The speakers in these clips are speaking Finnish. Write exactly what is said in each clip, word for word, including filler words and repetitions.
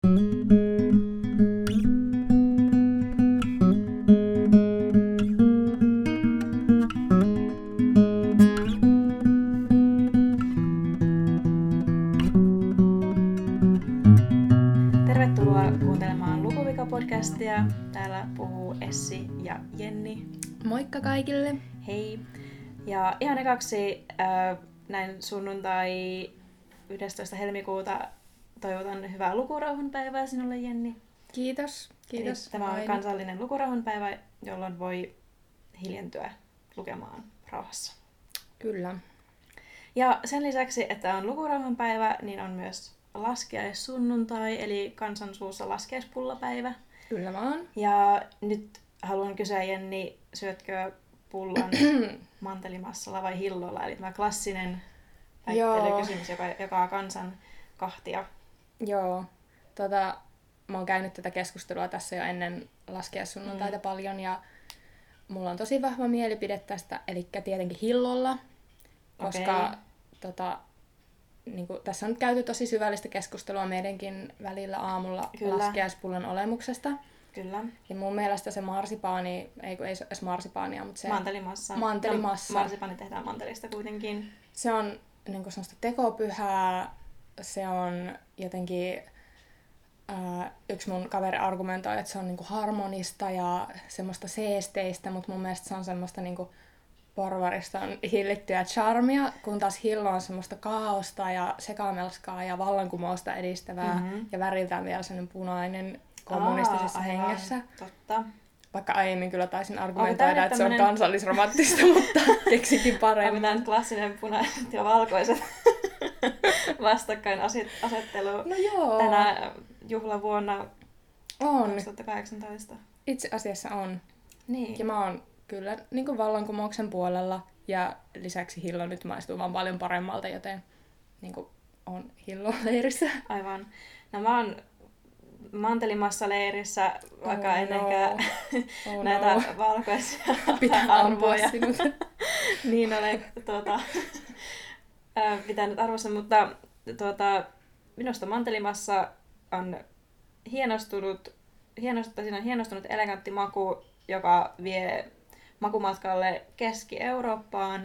Tervetuloa kuuntelemaan Lukuvika-podcastia. Täällä puhuu Essi ja Jenni. Moikka kaikille! Hei! Ja ihan ekaksi äh, näin sunnuntai yhdestoista helmikuuta toivotan hyvää lukurauhanpäivää sinulle, Jenni. Kiitos. Kiitos. Eli tämä on aina. kansallinen lukurauhanpäivä, jolloin voi hiljentyä lukemaan rauhassa. Kyllä. Ja sen lisäksi, että on lukurauhanpäivä, niin on myös laskiaissunnuntai, eli kansan suussa laskiaispullapäivä. Kyllä vaan. Ja nyt haluan kysyä, Jenni, syötkö pullan mantelimassalla vai hillolla? Eli tämä klassinen väittelykysymys, joka jakaa kansan kahtia. Joo. Tota, mä oon käynyt tätä keskustelua tässä jo ennen laskiaissunnuntaita mm. paljon, ja mulla on tosi vahva mielipide tästä, eli tietenkin hillolla, koska okay. tota, niin kuin, tässä on nyt käyty tosi syvällistä keskustelua meidänkin välillä aamulla Kyllä. laskiaispullan olemuksesta. Kyllä. Ja mun mielestä se marsipaani, ei kun ei se edes marsipaania, mutta se mantelimassa. mantelimassa. No, marsipaani tehdään mantelista kuitenkin. Se on niin kuin semmoista tekopyhää, se on jotenkin, ää, yksi mun kaveri argumentoi, että se on niin kuin harmonista ja semmoista seesteistä, mutta mun mielestä se on semmoista niin kuin porvarista on hillittyä charmia, kun taas hillo on semmoista kaaosta ja sekamelskaa ja vallankumousta edistävää mm-hmm. ja väriltään vielä sellainen punainen kommunistisessa Aa, hengessä. Totta. Vaikka aiemmin kyllä taisin argumentoida, että tämmönen... se on kansallisromanttista, mutta keksitin paremmin. Onko tämä klassinen punaiset ja valkoiset vastakkainasettelu no joo. tänä juhlavuonna on. kaksituhattakahdeksantoista? Itse asiassa on. Niin. Ja mä oon kyllä niin kuin vallankumouksen puolella ja lisäksi hillo nyt maistuu vaan paljon paremmalta, joten niin kuin on hillon leirissä. Aivan. No mä oon mantelimassa-leirissä, vaikka oh, ennenkään no. oh, näitä no. valkoisia Pitää arvoja. sinut. niin olen tuota, pitänyt arvossa, mutta tuota, minusta mantelimassa on hienostunut, hienostunut, siinä on hienostunut elegantti maku, joka vie makumatkalle Keski-Eurooppaan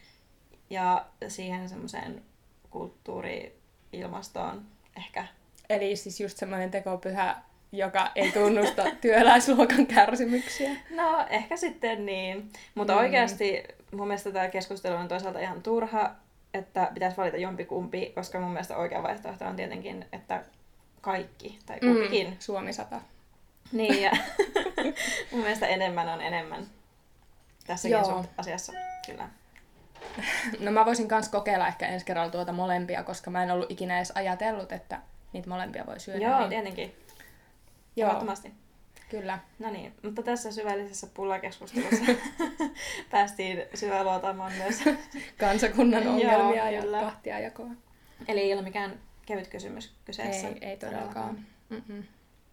ja siihen semmoiseen kulttuuri-ilmastoon ehkä. Eli siis just semmoinen tekopyhä, joka ei tunnusta työläisluokan kärsimyksiä. No, ehkä sitten niin. Mutta mm. oikeasti mun mielestä tämä keskustelu on toisaalta ihan turha, että pitäisi valita jompikumpi, koska mun mielestä oikea vaihtoehto on tietenkin, että kaikki tai kumpikin. Mm, Suomi sata. Niin, ja mun mielestä enemmän on enemmän tässäkin Joo. asiassa, kyllä. No mä voisin kans kokeilla ehkä ensi kerralla tuota molempia, koska mä en ollut ikinä edes ajatellut, että niitä molempia voi syödä. Joo, niin... tietenkin. Joo, Ehdottomasti. Kyllä. No niin, mutta tässä syvällisessä pullakeskustelussa päästiin syväluotaamaan myös kansakunnan ongelmia ja kahtiajakoa. Eli ei ole mikään kevyt kysymys kyseessä. Ei, ei todellakaan. Mm-mm.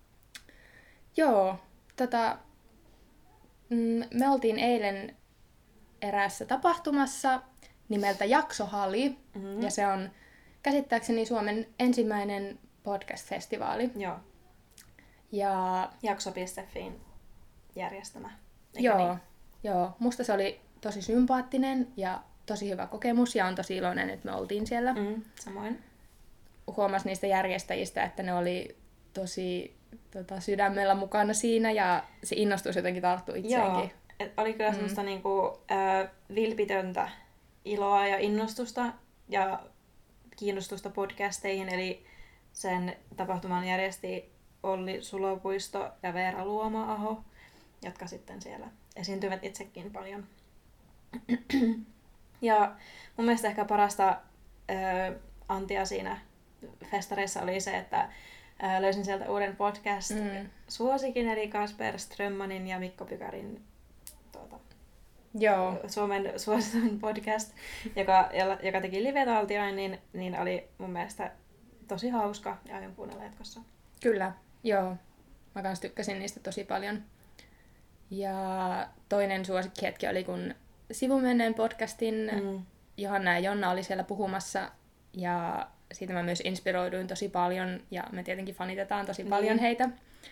Joo, tota, mm, me oltiin eilen eräässä tapahtumassa nimeltä Jaksohali, mm-hmm. ja se on käsittääkseni Suomen ensimmäinen podcast-festivaali. Joo. Ja Jakso piste fiin järjestämä. Eikä joo, niin? joo, musta se oli tosi sympaattinen ja tosi hyvä kokemus ja on tosi iloinen, että me oltiin siellä. Mm, samoin. Huomasin niistä järjestäjistä, että ne oli tosi tota, sydämellä mukana siinä ja se innostus jotenkin tarttui itseenkin. Joo, et oli kyllä mm. semmoista niinku, äh, vilpitöntä iloa ja innostusta ja kiinnostusta podcasteihin, eli sen tapahtuman järjesti Olli Sulopuisto ja Veera Luoma-aho, jotka sitten siellä esiintyivät itsekin paljon. Ja mun mielestä ehkä parasta äh, antia siinä festareissa oli se, että äh, löysin sieltä uuden podcast-suosikin, mm. eli Kasper Strömmanin ja Mikko Pykärin tuota, Joo. Suomen suosituin podcast, joka, joka teki live-taltioinnin, niin oli mun mielestä tosi hauska ja aion kuunnella jatkossa. Kyllä, joo. Mä kans tykkäsin niistä tosi paljon. Ja toinen suosikkihetki oli, kun Sivumenneen podcastin mm. Johanna ja Jonna oli siellä puhumassa. Ja siitä mä myös inspiroiduin tosi paljon, ja me tietenkin fanitetaan tosi Niin. paljon heitä.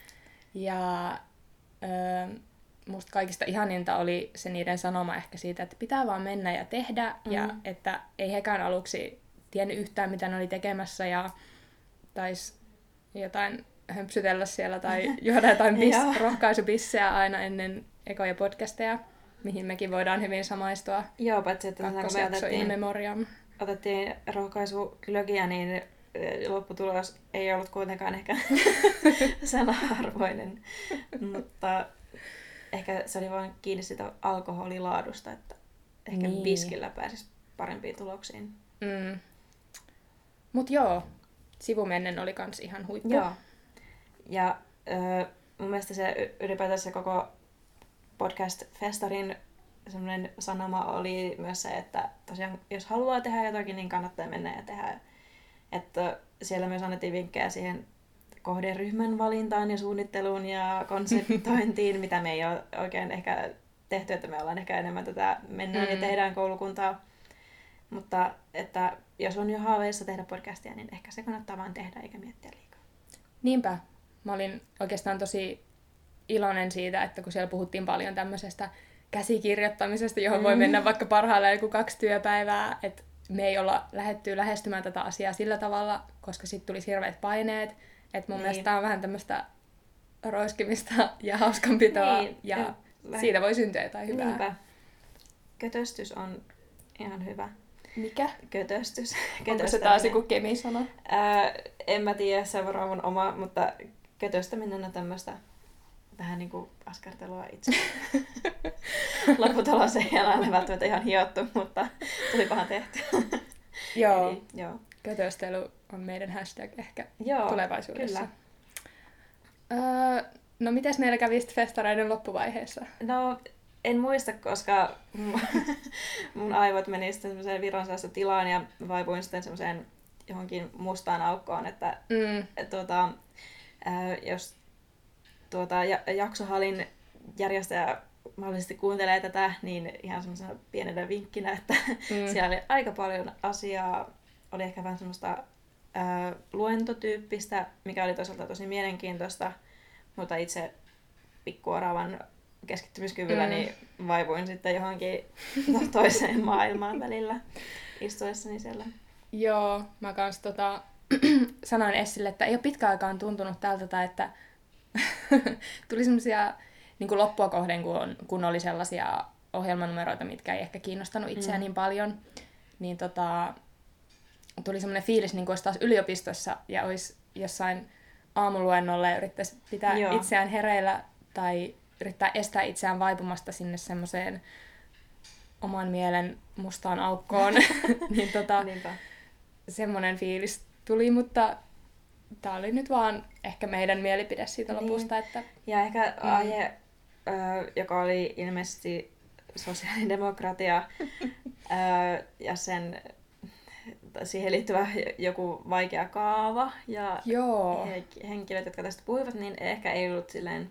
Ja öö, musta kaikista ihaninta oli se niiden sanoma ehkä siitä, että pitää vaan mennä ja tehdä, mm. ja että ei hekään aluksi tiennyt yhtään, mitä ne oli tekemässä, ja taisi jotain hömpsytellä siellä tai juoda jotain bis- rohkaisupissejä aina ennen ekoja podcasteja, mihin mekin voidaan hyvin samaistua. Joo, paitsi että kun me otettiin, in memoriam. otettiin rohkaisuglögiä, niin lopputulos ei ollut kuitenkaan ehkä sana-arvoinen, mutta ehkä se oli vain kiinni siitä alkoholilaadusta, että ehkä niin. Biskillä pääsisi parempiin tuloksiin. Mm. Mut joo, sivumennen oli kans ihan huippu. Joo. Ja äh, mun mielestä se ylipäätään se koko podcast-festarin semmoinen sanoma oli myös se, että tosiaan jos haluaa tehdä jotakin, niin kannattaa mennä ja tehdä. Että siellä myös annettiin vinkkejä siihen kohderyhmän valintaan ja suunnitteluun ja konseptointiin, mitä me ei ole oikein ehkä tehty, että me ollaan ehkä enemmän tätä mennään mm. ja tehdään koulukuntaa. Mutta että jos on jo haaveissa tehdä podcastia, niin ehkä se kannattaa vaan tehdä eikä miettiä liikaa. Niinpä. Mä olin oikeastaan tosi iloinen siitä, että kun siellä puhuttiin paljon tämmöisestä käsikirjoittamisesta, johon mm. voi mennä vaikka parhaillaan joku kaksi työpäivää, että me ei olla lähdetty lähestymään tätä asiaa sillä tavalla, koska sitten tuli hirveät paineet. Että mun niin. mielestä tää on vähän tämmöistä roiskimista ja hauskanpitoa, niin. ja Väh... siitä voi syntyä jotain hyvää. Niinpä. Kötöstys on ihan hyvä. Mikä? Kötöstys. Onko se taas joku kemisana? Ää, en mä tiedä, se on varmaan mun oma, mutta kötöstäminen on tämmöistä vähän niinku askartelua itse. Lopputulos ei ole välttämättä ihan hiottu, mutta tulipahan tehty. Joo. Eli, joo. Kötöstely on meidän hashtag ehkä joo, tulevaisuudessa. Kyllä. Öö, no mites meillä kävi festareiden loppuvaiheessa? No en muista, koska mun aivot meni sitten semmoiseen vironsäässä tilaan ja vaivuin sitten semmoiseen johonkin mustaan aukkoon, että mm. et, tuota, ää, jos tuota, jaksohalin järjestäjä mahdollisesti kuuntelee tätä, niin ihan semmoisena pienenä vinkkinä, että mm. siellä oli aika paljon asiaa, oli ehkä vähän semmoista ää, luentotyyppistä, mikä oli toisaalta tosi mielenkiintoista, mutta itse pikkuoravan keskittymiskyvyllä mm. niin vaivuin sitten johonkin toiseen maailmaan välillä istuessani siellä. Joo, mä kans tota, sanoin Essille, että ei ole pitkään aikaan tuntunut tältä, tai että tuli semmosia niin kuin loppua kohden, kun, kun oli sellaisia ohjelmanumeroita, mitkä ei ehkä kiinnostanut itseään mm. niin paljon, niin tota, tuli semmoinen fiilis, niin kuin olisi taas yliopistossa ja olisi jossain aamuluennolla ja yrittäisi pitää Joo. itseään hereillä tai yrittää estää itseään vaipumasta sinne semmoiseen oman mielen mustaan aukkoon. niin tota, semmoinen fiilis tuli, mutta tää oli nyt vaan ehkä meidän mielipide siitä niin. lopusta. Että... Ja ehkä mm. aihe, joka oli ilmeisesti sosiaalidemokratia ja sen siihen liittyvä joku vaikea kaava ja Joo. henkilöt, jotka tästä puhuivat, niin ehkä ei ollut silleen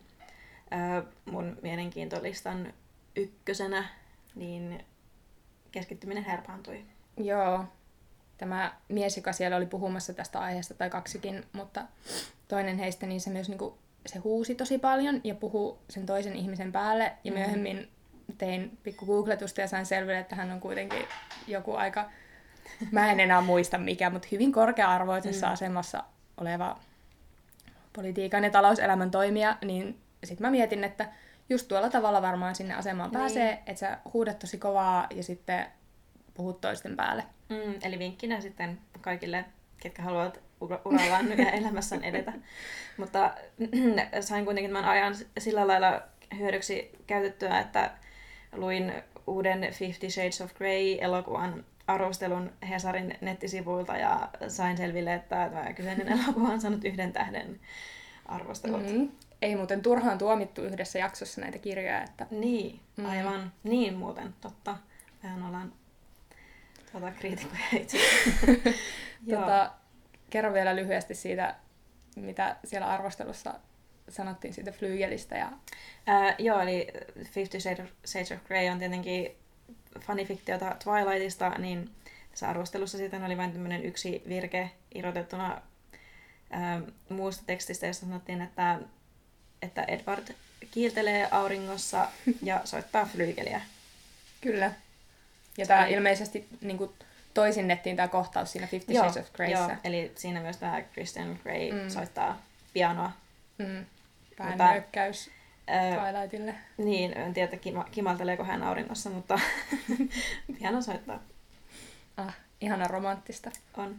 mun mielenkiintolistan ykkösenä, niin keskittyminen herpaantui. Joo. Tämä mies, joka siellä oli puhumassa tästä aiheesta, tai kaksikin, mutta toinen heistä, niin se myös niinku, se huusi tosi paljon ja puhui sen toisen ihmisen päälle. Ja mm. myöhemmin tein pikku googletusta ja sain selville, että hän on kuitenkin joku aika, mä en enää muista mikä, mutta hyvin korkea-arvoisessa mm. asemassa oleva politiikan ja talouselämän toimija, niin sitten mä mietin, että just tuolla tavalla varmaan sinne asemaan niin. pääsee, että sä huudat tosi kovaa ja sitten puhut toisten päälle. Mm, eli vinkkinä sitten kaikille, ketkä haluavat urallaan ja elämässään edetä. Mutta sain kuitenkin tämän ajan sillä lailla hyödyksi käytettyä, että luin uuden Fifty Shades of Grey-elokuvan arvostelun Hesarin nettisivuilta ja sain selville, että tämä kyseinen elokuva on saanut yhden tähden arvostelut. Mm-hmm. Ei muuten turhaan tuomittu yhdessä jaksossa näitä kirjoja. Että... Niin, aivan. Mm. Niin muuten, totta. Mehän ollaan tuota, kriitikkoja itse. tota, kerro vielä lyhyesti siitä, mitä siellä arvostelussa sanottiin siitä Flygelistä. Ja... Ää, joo, eli Fifty Shades of Grey on tietenkin fanifiktiota Twilightista, niin tässä arvostelussa sitten oli vain tämmöinen yksi virke irrotettuna ää, muusta tekstistä, jossa sanottiin, että, että Edward kiiltelee auringossa ja soittaa flyykeliä. Kyllä. Ja tämä ilmeisesti niin kuin, toisinnettiin tämä kohtaus siinä Fifty Joo, Shades of Greyssä. joo, eli siinä myös tämä Christian Grey Mm. soittaa pianoa. Mm. Vähän Mutta, nyökkäys Ää, Twilightille. niin, en tiedä, että kima- kimalteleeko hän auringossa, mutta piano soittaa. Ah, ihana romanttista. On.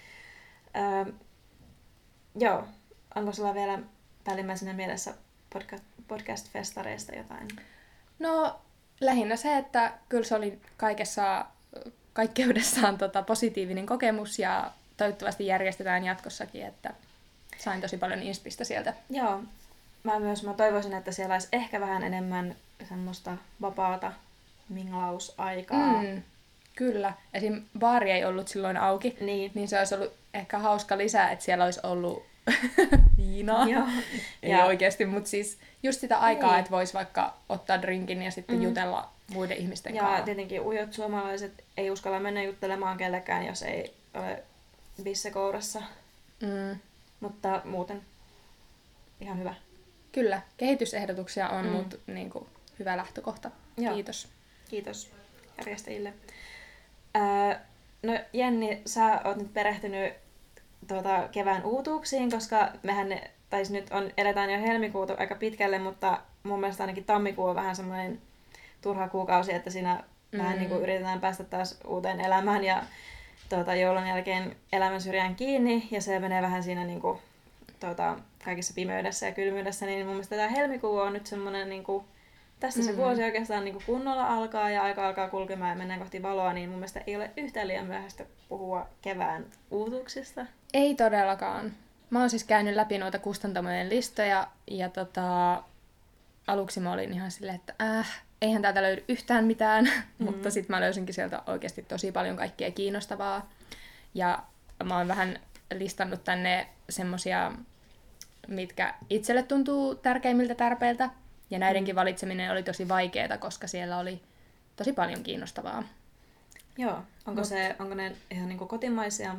Öö, joo, onko sulla vielä päällimmäisenä mielessä podca- podcast-festareista jotain? No, lähinnä se, että kyllä se oli kaikessa, kaikkeudessaan tota, positiivinen kokemus ja toivottavasti järjestetään jatkossakin, että sain tosi paljon inspistä sieltä. Joo, mä myös mä toivoisin, että siellä olisi ehkä vähän enemmän semmoista vapaata minglausaikaa. Mm, kyllä. Esim. Baari ei ollut silloin auki, Niin. niin se olisi ollut ehkä hauska lisää, että siellä olisi ollut viinaa. Joo. Ei Ja- oikeasti, mutta siis just sitä aikaa, Niin. että voisi vaikka ottaa drinkin ja sitten Mm. jutella muiden ihmisten Ja kanssa. tietenkin ujot suomalaiset ei uskalla mennä juttelemaan kellekään, jos ei ole bisse kourassa. Mm, Mutta muuten ihan hyvä. kyllä, kehitysehdotuksia on, Mm. mm. mutta niinku, hyvä lähtökohta. Joo. Kiitos. Kiitos järjestäjille. Ää, no Jenni, sä oot nyt perehtynyt tuota, kevään uutuuksiin, koska mehän ne, tai siis nyt on, eletään jo helmikuuta aika pitkälle, mutta mun mielestä ainakin tammikuu on vähän semmoinen turha kuukausi, että siinä mm. vähän niin kuin yritetään päästä taas uuteen elämään ja tuota, joulun jälkeen elämän syrjään kiinni ja se menee vähän siinä niin kuin, tuota, kaikessa pimeydessä ja kylmyydessä, niin mun mielestä tämä helmikuu on nyt semmoinen niin kuin, tästä se Mm. vuosi oikeastaan niin kuin kunnolla alkaa ja aika alkaa kulkemaan ja mennään kohti valoa, niin mun mielestä ei ole yhtään liian myöhäistä puhua kevään uutuuksista. Ei todellakaan. Mä oon siis käynyt läpi noita kustantamojen listoja ja tota, aluksi mä olin ihan silleen, että äh, eihän täältä löydy yhtään mitään, mm. mutta sitten mä löysinkin sieltä oikeasti tosi paljon kaikkea kiinnostavaa. Ja mä oon vähän listannut tänne semmosia, mitkä itselle tuntuu tärkeimmiltä tarpeilta. Ja näidenkin valitseminen oli tosi vaikeaa, koska siellä oli tosi paljon kiinnostavaa. Joo, onko, Mut- se, onko ne ihan niin kuin kotimaisia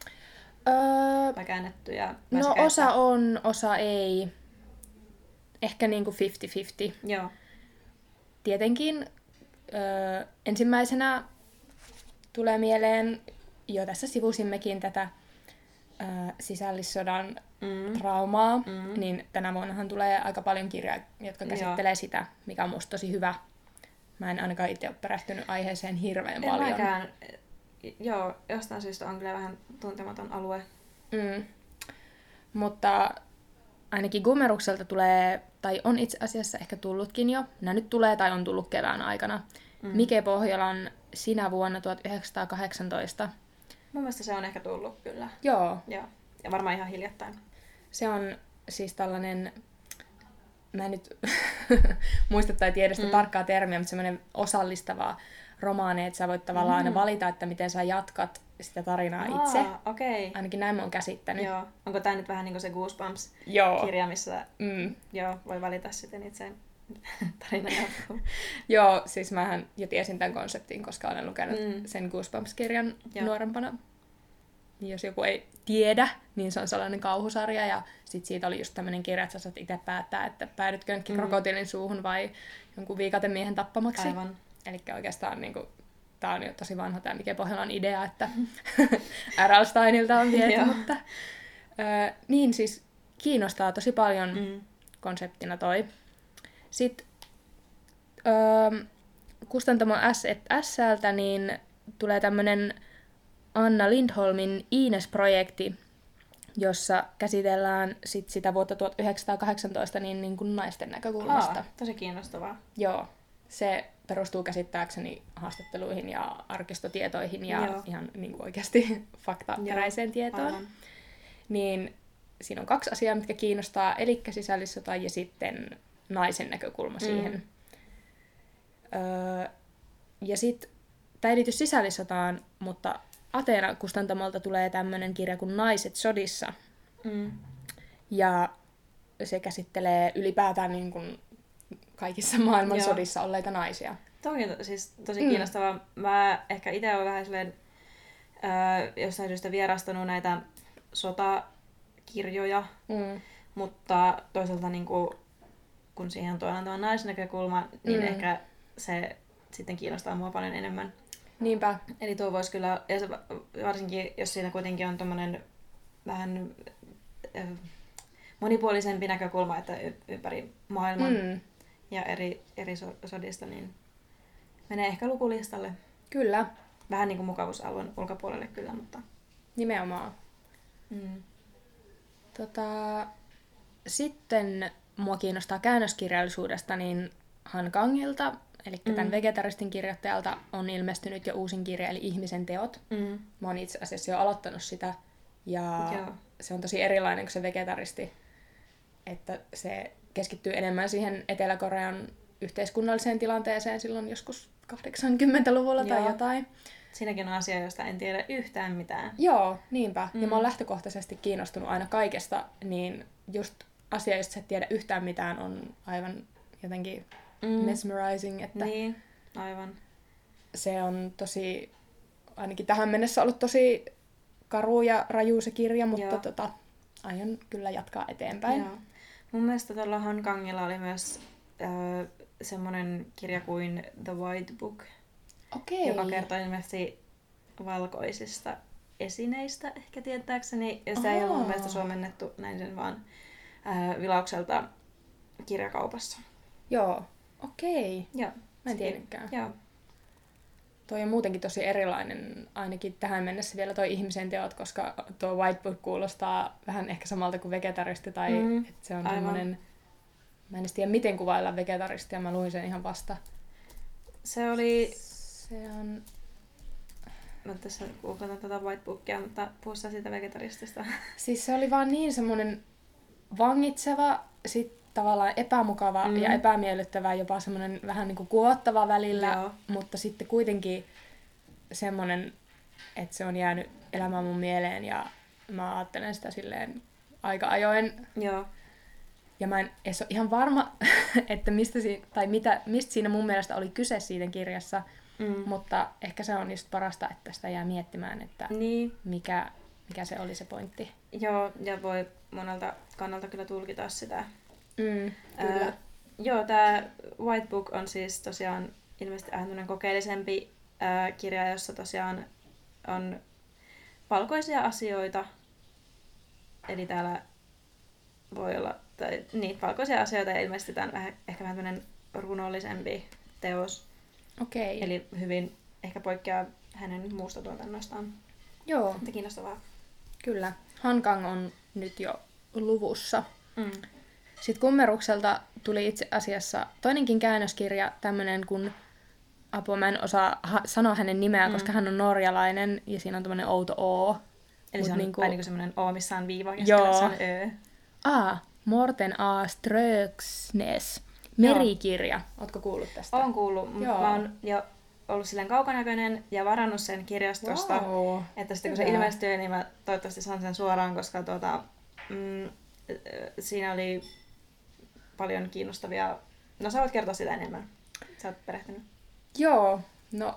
Öö, vai käännettyjä? vai no sekä osa että- on, osa ei. Ehkä niinku viisikymmentä viisikymmentä. Joo, Tietenkin öö, ensimmäisenä tulee mieleen, jo tässä sivusimmekin tätä öö, sisällissodan mm. traumaa, Mm. niin tänä vuonnahan tulee aika paljon kirjoja, jotka käsittelee Joo. sitä, mikä on musta tosi hyvä. Mä en ainakaan itse ole perehtynyt aiheeseen hirveän En paljon. mäkään. Joo, jostain syystä on kyllä vähän tuntematon alue. Mm. Mutta ainakin Gummerukselta tulee, tai on itse asiassa ehkä tullutkin jo, nämä nyt tulee tai on tullut kevään aikana, Mm. mm. Mike Pohjolan Sinä vuonna tuhatyhdeksänsataakahdeksantoista. Mun mielestä se on ehkä tullut kyllä. Joo, Joo, ja varmaan ihan hiljattain. se on siis tällainen, mä en nyt muista tai tiedä sitä Mm. mm. tarkkaa termiä, mutta semmoinen osallistava romaani, että sä voit tavallaan Mm. aina valita, että miten sä jatkat sitä tarinaa itse. Aa, okei. Okay. Ainakin näin mä oon käsittänyt. Joo. Onko tää nyt vähän niin kuin se Goosebumps-kirja, Joo. missä Mm. joo, voi valita sitten itse tarinan jatkuu? Joo, siis mähän jo tiesin tämän konseptin, koska olen lukenut Mm. mm. sen Goosebumps-kirjan Joo. nuorempana. Jos joku ei tiedä, niin se on sellainen kauhusarja, ja sit siitä oli just tämmöinen kirja, että sä saat itse päättää, että päädytkö jonnekin Mm. krokotiilin suuhun vai jonkun viikatemiehen tappamaksi. Aivan. Eli oikeastaan niinku, tää on jo tosi vanha tämä Mike Pohjolan idea, että R L. Steinilta on viety, Joo. mutta ö, niin siis kiinnostaa tosi paljon Mm. konseptina toi. Sitten öö, kustantamo S et S:ltä niin tulee tämmönen Anna Lindholmin Ines-projekti, jossa käsitellään sit sitä vuotta tuhatyhdeksänsataakahdeksantoista niin, niin kuin naisten näkökulmasta. Aa, tosi kiinnostavaa. Joo, se perustuu käsittääkseni haastatteluihin ja arkistotietoihin ja Joo. ihan niin kuin oikeasti faktaperäiseen tietoon. Aivan. Niin siinä on kaksi asiaa, mitkä kiinnostaa, eli sisällissota ja sitten naisen näkökulma Mm. siihen. Öö, ja sitten, tämä ei liity sisällissotaan, mutta Ateena-kustantamolta tulee tämmöinen kirja kuin Naiset sodissa. Mm. Ja se käsittelee ylipäätään niin kuin kaikissa maailman Joo. sodissa olleita naisia. Toi on to- siis tosi Mm. kiinnostavaa. Mä ehkä itse olen vähän silleen öö, jostain syystä vierastanut näitä sotakirjoja, Mm. mutta toisaalta niin kuin, kun siihen tuodaan tämä naisnäkökulma, niin Mm. ehkä se sitten kiinnostaa mua paljon enemmän. Niinpä. Eli tuo voisi kyllä, ja se, varsinkin jos siinä kuitenkin on tommonen vähän äh, monipuolisempi näkökulma, että y- ympäri maailman Mm. ja eri, eri so- sodista, niin menee ehkä lukulistalle. Kyllä, Vähän niin kuin mukavuusalueen ulkopuolelle kyllä, mutta... nimenomaan. Mm. Tota, sitten mua kiinnostaa käännöskirjallisuudesta, niin Han Kangilta, eli mm. tämän vegetaristin kirjoittajalta, on ilmestynyt jo uusin kirja, eli Ihmisen teot. Mm. Mä oon itse asiassa jo aloittanut sitä, ja Joo. se on tosi erilainen kuin se vegetaristi, että se keskittyy enemmän siihen Etelä-Korean yhteiskunnalliseen tilanteeseen silloin joskus kahdeksankymmentäluvulla tai Joo. jotain. Siinäkin on asia, josta en tiedä yhtään mitään. Joo, niinpä. Mm. Ja Mm. mä oon lähtökohtaisesti kiinnostunut aina kaikesta, niin just asia, josta sä et tiedä yhtään mitään, on aivan jotenkin Mm. mesmerizing, että Niin, aivan. se on tosi, ainakin tähän mennessä ollut tosi karu ja raju se kirja, mutta Joo. tota, aion kyllä jatkaa eteenpäin. Joo. Mun mielestä tuolla Han Kangilla oli myös äh, semmoinen kirja kuin The White Book, Okei. joka kertoo ilmeisesti valkoisista esineistä, ehkä tietääkseni. Ja sitä ei ollut mun mielestä Aa. suomennettu näin sen vaan äh, vilaukselta kirjakaupassa. Joo, okei. Joo. Mä en tiennytkään. Joo. Toi on muutenkin tosi erilainen, ainakin tähän mennessä vielä toi Ihmisen teot, koska tuo White Book kuulostaa vähän ehkä samalta kuin vegetaristi, tai Mm, että se on aivan. semmoinen, mä en edes tiedä miten kuvailla vegetaristia, mä luin sen ihan vasta. Se oli... Se on, Mä tässä googletan tätä White Bookia, mutta puhu sä siitä vegetaristista. siis se oli vaan niin semmoinen vangitseva, sit tavallaan epämukava Mm. ja epämiellyttävä, jopa semmoinen vähän niin kuin kuvottava välillä, Joo. mutta sitten kuitenkin semmoinen, että se on jäänyt elämään mun mieleen ja mä ajattelen sitä silleen aika ajoin. Joo. Ja mä en edes ole ihan varma, että mistä, si- tai mitä, mistä siinä mun mielestä oli kyse siitä kirjassa, Mm. mutta ehkä se on just parasta, että sitä jää miettimään, että Niin. mikä, mikä se oli se pointti. Joo, ja voi monelta kannalta kyllä tulkita sitä. Mm, kyllä. Ää, joo, tämä White Book on siis tosiaan ilmeisesti vähän tämmöinen kokeellisempi ää, kirja, jossa tosiaan on valkoisia asioita. Eli täällä voi olla, tai niin, valkoisia asioita ja ilmeisesti tämä on vähän, ehkä vähän tämmöinen runollisempi teos. Okei. Eli hyvin ehkä poikkeaa hänen muusta tuotannostaan. Joo, Mutta kiinnostavaa. kyllä. Han Kang on nyt jo luvussa. Mm. Sitten Kummerukselta tuli itse asiassa toinenkin käännöskirja, tämmöinen kuin, apua mä en osaa ha- sanoa hänen nimeään, Mm. koska hän on norjalainen ja siinä on tämmöinen outo O. Eli Mut se on niinku- niinku... aina semmoinen O, missä on viiva ja Joo. sitten se on Ö. A. Morten A. Ströksnes. Merikirja. Ootko kuullut tästä? Oon kuullut. M- Joo. Mä oon jo ollut silleen kaukonäköinen ja varannut sen kirjastosta. Wow. Että sitten kun se Hyvä. ilmestyy, niin mä toivottavasti saan sen suoraan, koska tuota, mm, siinä oli paljon kiinnostavia... No sä voit kertoa sitä enemmän. Sä oot perehtynyt. Joo, no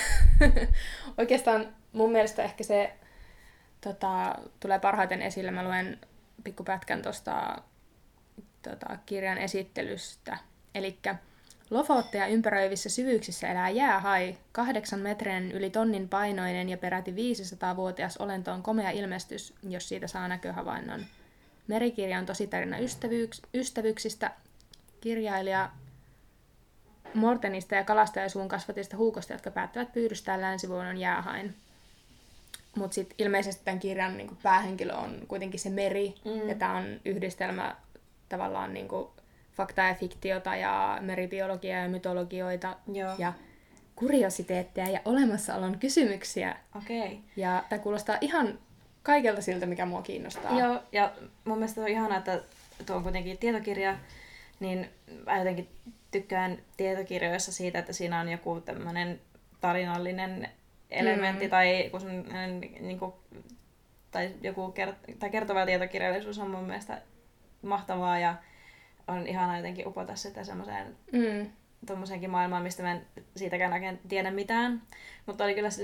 oikeastaan mun mielestä ehkä se tota, tulee parhaiten esille. Mä luen pikkupätkän tuosta tota, kirjan esittelystä. Elikkä Lofotteja ympäröivissä syvyyksissä elää jäähai, kahdeksan metrinen yli tonnin painoinen ja peräti viisisataavuotias olento on komea ilmestys, jos siitä saa näköhavainnon. Merikirja on tositarina ystävyyks- ystävyyksistä. Kirjailija Mortenista ja kalastajasuun kasvatista huukosta, jotka päättävät pyydystää länsivuonon jäähain. Mutta sitten ilmeisesti tämän kirjan niinku päähenkilö on kuitenkin se meri, Mm. ja tämä on yhdistelmä tavallaan niinku faktaa ja fiktiota ja meribiologiaa ja mytologioita Joo. ja kuriositeetteja ja olemassaolon kysymyksiä. Okei. Ja tämä kuulostaa ihan kaikelta siltä, mikä mua kiinnostaa. Joo, ja mun mielestä on ihanaa, että tuo on kuitenkin tietokirja, niin mä jotenkin tykkään tietokirjoissa siitä, että siinä on joku tämmöinen tarinallinen elementti Mm. tai, joku semmoinen, niin kuin, tai joku kert- tai kertova tietokirjallisuus on mun mielestä mahtavaa ja on ihanaa jotenkin upota sitä semmoiseen Mm. tuommoiseenkin maailmaan, mistä mä en siitäkään oikein tiedä mitään. Mutta oli kyllä silleen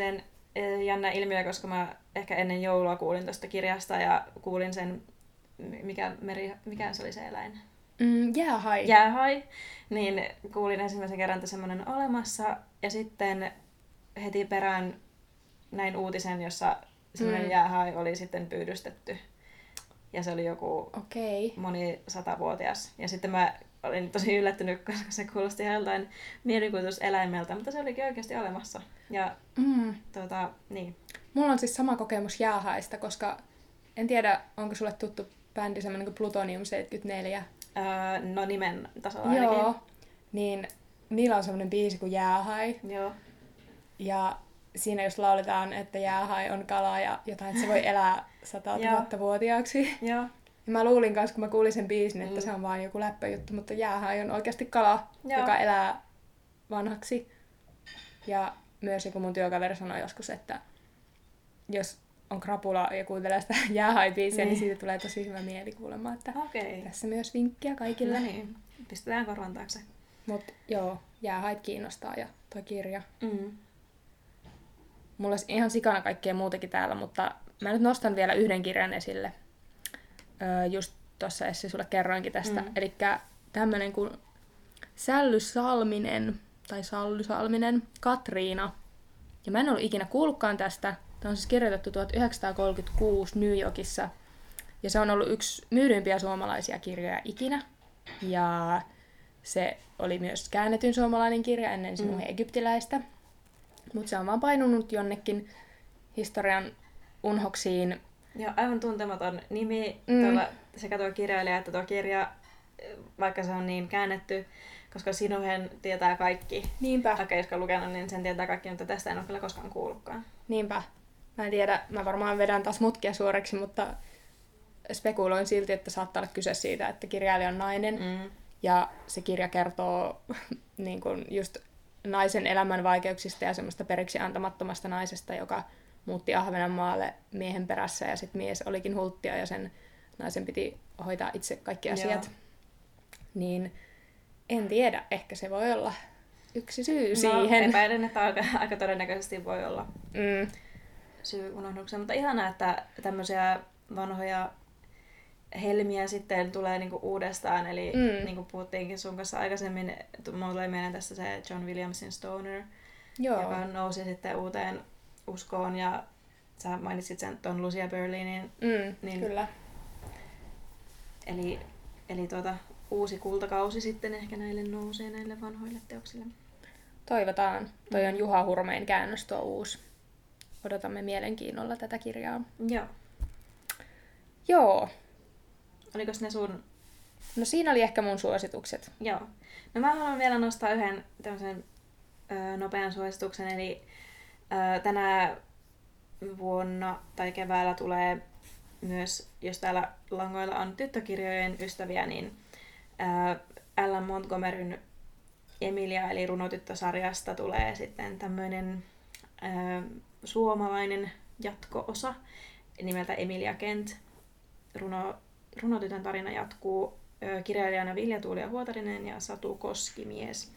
jännä ilmiö, koska mä ehkä ennen joulua kuulin tuosta kirjasta ja kuulin sen, mikä, meri, mikä se oli se eläin? Mm, jäähai. Jäähai. Niin kuulin ensimmäisen kerran, että semmoinen olemassa ja sitten heti perään näin uutisen, jossa semmoinen mm. jäähai oli sitten pyydystetty. Ja se oli joku okay. moni satavuotias. Ja sitten mä olin tosi yllättynyt, koska se kuulosti ihan joltain mielikuvituseläimeltä, mutta se olikin oikeasti olemassa. Ja mm. tota, niin. Mulla on siis sama kokemus jäähaista, koska en tiedä, onko sulle tuttu bändi semmoinen kuin Plutonium seitsemänkymmentäneljä? Öö, no nimen tasolla ainakin. Joo, niin niillä on semmoinen biisi kuin Jäähai. Joo. Ja siinä just lauletaan, että jäähai on kala ja jotain, että se voi elää sata tuhatta vuotiaaksi. Joo. Ja mä luulin kanssa, kun mä kuulin sen biisin, että mm. se on vaan joku läppäjuttu, mutta jäähai on oikeasti kala, Joo. joka elää vanhaksi. Ja myös joku mun työkaveri sanoi joskus, että jos on krapula ja kuuntelee sitä jäähai-biisiä, niin. niin siitä tulee tosi hyvä mieli kuulemma. Että okay. Tässä myös vinkkiä kaikille. No niin, pistetään korvan taakse. Mut joo, jäähait kiinnostaa ja toi kirja. Mm. Mulla olisi ihan sikana kaikkea muutakin täällä, mutta mä nyt nostan vielä yhden kirjan esille. Öö, just tuossa Essi sulle kerroinkin tästä. Mm. Elikkä tämmönen kuin Sälly Salminen, tai Sally Salminen, Katriina. Ja mä en ollut ikinä kuullutkaan tästä. Tämä on siis kirjoitettu tuhatyhdeksänsataakolmekymmentäkuusi New Yorkissa. Ja se on ollut yksi myydympiä suomalaisia kirjoja ikinä. Ja se oli myös käännetyn suomalainen kirja ennen Sinun mm. egyptiläistä. Mutta se on vaan painunut jonnekin historian unhoksiin. Ja aivan tuntematon nimi mm. tuolla, sekä tuo kirjailija että tuo kirja, vaikka se on niin käännetty, koska Sinuhen tietää kaikki. Niinpä. Vaikka jos on lukenut, niin sen tietää kaikki, mutta tästä en ole kyllä koskaan kuullutkaan. Niinpä. Mä en tiedä, mä varmaan vedän taas mutkia suoreksi, mutta spekuloin silti, että saattaa olla kyse siitä, että kirjailija on nainen. Mm. Ja se kirja kertoo niin kun just naisen elämän vaikeuksista ja semmoista periksi antamattomasta naisesta, joka muutti Ahvenanmaalle miehen perässä ja sitten mies olikin hulttia ja sen naisen piti hoitaa itse kaikki asiat. Joo. Niin en tiedä, ehkä se voi olla yksi syy no, siihen. Epäilen, että aika, aika todennäköisesti voi olla mm. syy unohdukseen. Mutta ihanaa, että tämmöisiä vanhoja helmiä sitten tulee niinku uudestaan. Eli mm. niin kuin puhuttiinkin sun kanssa aikaisemmin, mulla tuli mieleen tässä se John Williamsin Stoner, Joo. joka nousi sitten uuteen uskoon. Ja sä mainitsit sen ton Lucia Berlinin. Mm, niin, kyllä. Eli, eli tuota, uusi kultakausi sitten ehkä näille nousee näille vanhoille teoksille. Toivotaan. Toi on Juha Hurmeen käännös tuo uusi. Odotamme mielenkiinnolla tätä kirjaa. Joo. Joo. Olikos ne sun? No siinä oli ehkä mun suositukset. Joo. No mä haluan vielä nostaa yhden tämmöisen ö, nopean suosituksen. Eli ö, tänä vuonna tai keväällä tulee myös, jos täällä langoilla on tyttökirjojen ystäviä, niin Alan Montgomeryn Emilia eli runotyttösarjasta tulee sitten tämmöinen ää, suomalainen jatko-osa nimeltä Emilia Kent. Runo, runotytön tarina jatkuu ää, kirjailijana Vilja-Tuulia Huotarinen ja Satu Koskimies.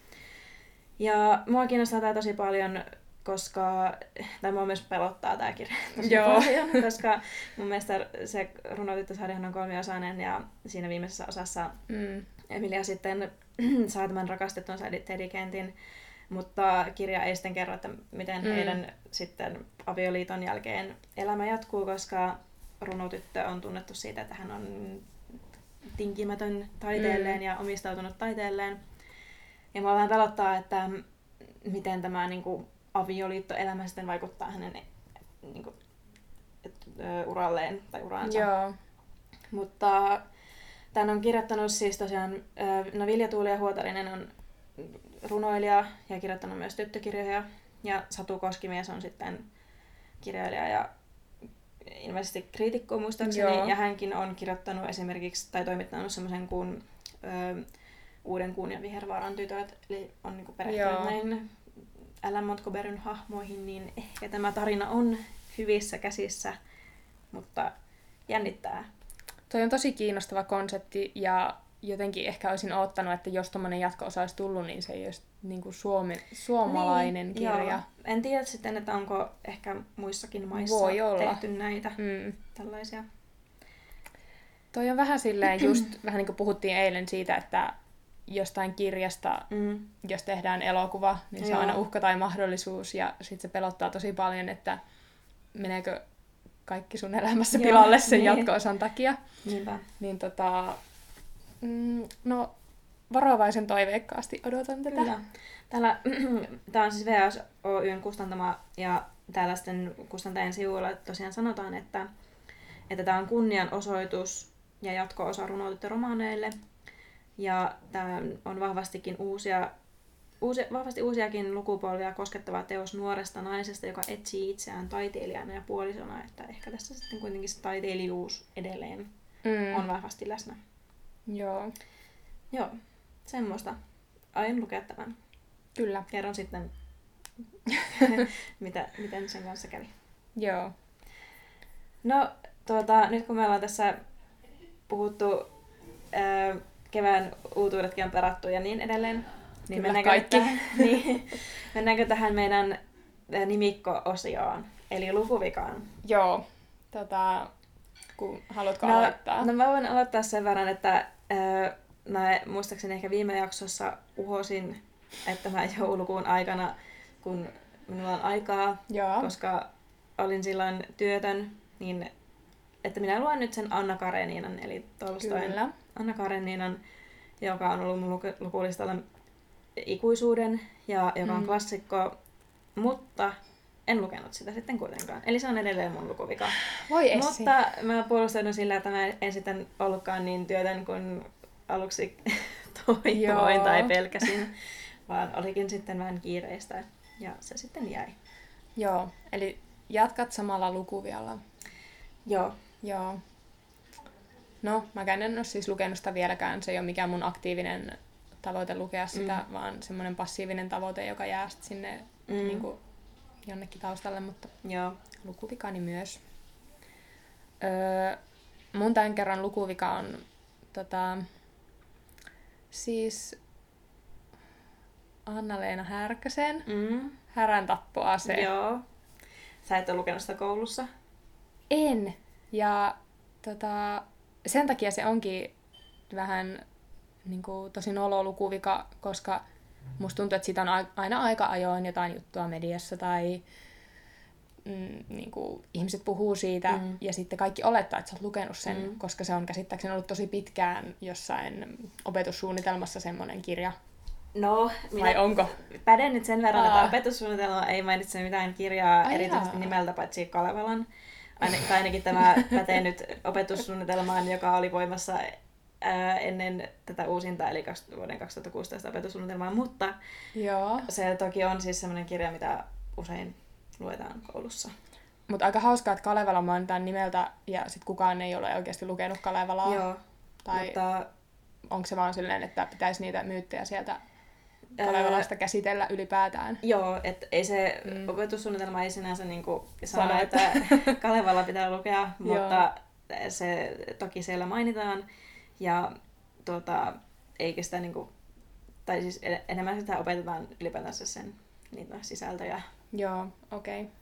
Ja mua kiinnostaa tää tosi paljon, koska, tai mua myös pelottaa tää kirja tosi Joo. paljon, koska mun mielestä se runotyttösarjahan on kolmiosainen ja siinä viimeisessä osassa mm. Emilia sitten saa tämän rakastettunsa Teddy Kentin, mutta kirja ei sitten kerro, että miten mm. heidän sitten avioliiton jälkeen elämä jatkuu, koska runotyttö on tunnettu siitä, että hän on tinkimätön taiteelleen mm. ja omistautunut taiteelleen. Ja mua vähän pelottaa, että miten tämä niin kuin, avioliittoelämä sitten vaikuttaa hänen niin kuin, et, ö, uralleen tai uraansa. Joo. Mutta tämän on kirjoittanut siis tosiaan, no Vilja-Tuulia Huotarinen on runoilija ja kirjoittanut myös tyttökirjoja. Ja Satu Koskimies on sitten kirjailija ja ilmeisesti kriitikko muistaakseni. Joo. Ja hänkin on kirjoittanut esimerkiksi, tai toimittanut semmoisen kuin ö, Uuden kuun ja Vihervaaran tytöt. Eli on niinku perehtynyt näin Alan Montgomeryn hahmoihin, niin ehkä tämä tarina on hyvissä käsissä, mutta jännittää. Toi on tosi kiinnostava konsepti ja jotenkin ehkä olisin odottanut, että jos tommonen jatko-osa olisi tullut, niin se ei olisi niin kuin suomi, suomalainen niin, kirja. Joo. En tiedä sitten, että onko ehkä muissakin maissa Voi olla. tehty näitä Mm. tällaisia. Toi on vähän silleen just, vähän niin kuin puhuttiin eilen siitä, että jostain kirjasta, Mm. jos tehdään elokuva, niin se Joo. on aina uhka tai mahdollisuus, ja sit se pelottaa tosi paljon, että meneekö kaikki sun elämässä Joo, pilalle sen niin. jatko-osan takia. Niinpä. Niin tota, mm, no varovaisen toiveikkaasti odotan tätä. Kyllä. Täällä, tämä on siis V S Oy:n kustantama, ja täällä sitten kustantajan sivuilla tosiaan sanotaan, että, että tämä on kunnianosoitus ja jatko-osa runotyttöromaaneille. Ja tämä on vahvastikin uusia, uusia, vahvasti uusiakin lukupolvia koskettava teos nuoresta naisesta, joka etsii itseään taiteilijana ja puolisona. Että ehkä tässä sitten kuitenkin se taiteilijuus edelleen Mm. on vahvasti läsnä. Joo, Joo, semmoista. Aion lukea tämän. kyllä. Kerron sitten, mitä, miten sen kanssa kävi. Joo. No, tuota, nyt kun me ollaan tässä puhuttu, ää, kevään uutuudetkin on perattu ja niin edelleen, niin Kyllä, mennäänkö, kaikki. Tähän, niin, mennäänkö tähän meidän ää, nimikko-osioon, eli lukuvikaan? Joo. Tota, kun, haluatko No, aloittaa? no mä voin aloittaa sen verran, että ää, mä muistaakseni ehkä viime jaksossa uhosin, että mä joulukuun aikana, kun minulla on aikaa, Joo. koska olin silloin työtön, niin että minä luen nyt sen Anna Kareninan, eli Tolstoin Kyllä. Anna Kareninan, joka on ollut mun luku- lukulistalla ikuisuuden ja joka on Mm. klassikko, mutta en lukenut sitä sitten kuitenkaan. Eli se on edelleen mun lukuvika. Voi Essi. Mutta mä puolustaudun sillä, että mä en sitten ollutkaan niin työtön kuin aluksi toivoin Joo. tai pelkäsin, vaan olikin sitten vähän kiireistä ja se sitten jäi. Joo, eli jatkat samalla lukuvialla. Joo. Joo. No, mäkään en ole siis lukenut sitä vieläkään. Se ei ole mikään mun aktiivinen tavoite lukea sitä, mm. vaan semmoinen passiivinen tavoite, joka jää sit sinne Mm. niin kuin jonnekin taustalle, mutta Joo. lukuvikani myös. Öö, mun tämän kerran lukuvika on tota, siis Anna-Leena Härkösen Mm. Härän tappoase. Joo. Sä et ole lukenut sitä koulussa? En. Ja tota, sen takia se onkin vähän niin kuin, tosi nolo lukuvika, koska musta tuntuu, että siitä on a- aina aika ajoin jotain juttua mediassa tai mm, niin kuin, ihmiset puhuu siitä Mm. ja sitten kaikki olettaa, että sä oot lukenut sen, Mm. koska se on käsittääkseni ollut tosi pitkään jossain opetussuunnitelmassa semmoinen kirja. No, Vai minä onko? päden nyt sen verran, Aa. että opetussuunnitelma ei mainitse mitään kirjaa Ai erityisesti jaa. nimeltä paitsi Kalevalan. Aine, tai ainakin tämä pätee nyt opetussuunnitelmaan, joka oli voimassa ää, ennen tätä uusinta, eli kaks- vuoden kaksituhattakuusitoista opetussuunnitelmaa, mutta Joo. se toki on siis sellainen kirja, mitä usein luetaan koulussa. Mutta aika hauskaa, että Kalevala mainitaan nimeltä ja sit kukaan ei ole oikeasti lukenut Kalevalaa. Joo, Tai mutta onko se vaan silleen, että pitäisi niitä myyttejä sieltä Kalevalasta käsitellä ylipäätään? joo, että ei se Mm. mm. opetussuunnitelma ei sinänsä niinku sano, Sano, että Kalevala pitää lukea, Joo. mutta se toki siellä mainitaan. Ja tuota, eikä sitä niinku, tai siis en- enemmän sitä opetetaan ylipäätänsä sen niitä sisältöjä. Joo, okei. Okay.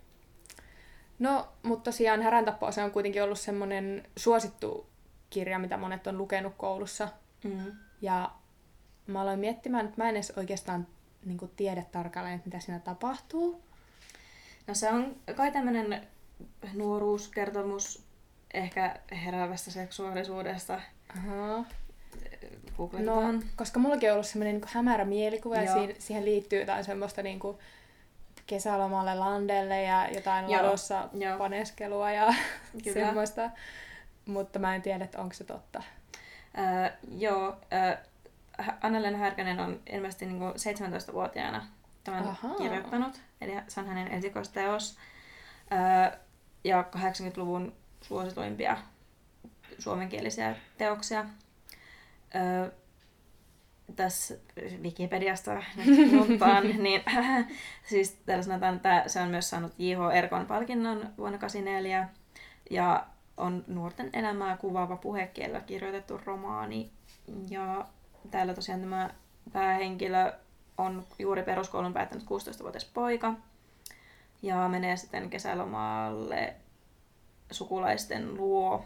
No, mutta tosiaan Härän tappoase on kuitenkin ollut semmoinen suosittu kirja, mitä monet on lukenut koulussa. Mm. Ja mä aloin miettimään, että mä en edes oikeastaan niin kuin tiedä tarkalleen, että mitä siinä tapahtuu. No se on kai tämmönen nuoruuskertomus ehkä heräävästä seksuaalisuudesta. Aha. Googletetaan. No, koska mullakin on ollut semmoinen niin hämärä mielikuva ja Joo. siihen, siihen liittyy jotain semmoista niin kuin kesälomalle landelle ja jotain Joo, ladossa joo. paneskelua ja Kyllä. semmoista. Mutta mä en tiedä, että onko se totta. Öö, joo, öö, Anna-Leena Härkönen on ilmeisesti niinku seitsemäntoistavuotiaana tämän Ahaa. kirjoittanut, eli se on hänen esikoisteos. Öö, ja kahdeksankymmentäluvun suosituimpia suomenkielisiä teoksia. Öö, tässä Wikipediasta nyt muuttaan, niin siis täällä sanotaan, että se on myös saanut J H Erkon palkinnon vuonna kahdeksankymmentäneljä ja on nuorten elämää kuvaava puhekielellä kirjoitettu romaani Ja täällä tosiaan tämä päähenkilö on juuri peruskoulun päättänyt kuusitoistavuotias poika ja menee sitten kesälomaalle sukulaisten luo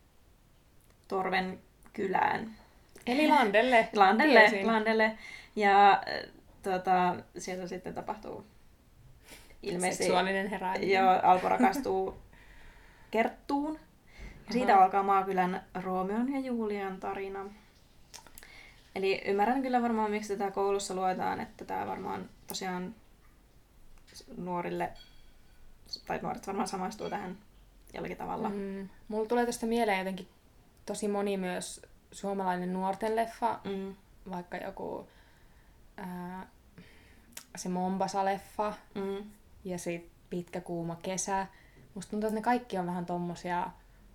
Torven kylään. Eli Landelle. Landelle, Landelle. Ja tota, siellä sitten tapahtuu ilmeisesti... Seksuaalinen herääminen. Joo, Alpo rakastuu Kerttuun. Ja siitä Aha. alkaa Maakylän Roomeon ja Julian tarina. Eli ymmärrän kyllä varmaan, miksi tätä koulussa luetaan, että tämä varmaan tosiaan nuorille, tai nuoret varmaan samaistuu tähän jollakin tavalla. Mm. Mulla tulee tästä mieleen jotenkin tosi moni myös suomalainen nuorten leffa, Mm. vaikka joku ää, se Mombasa-leffa Mm. ja sit Pitkä kuuma kesä. Musta tuntuu, että ne kaikki on vähän tommosia,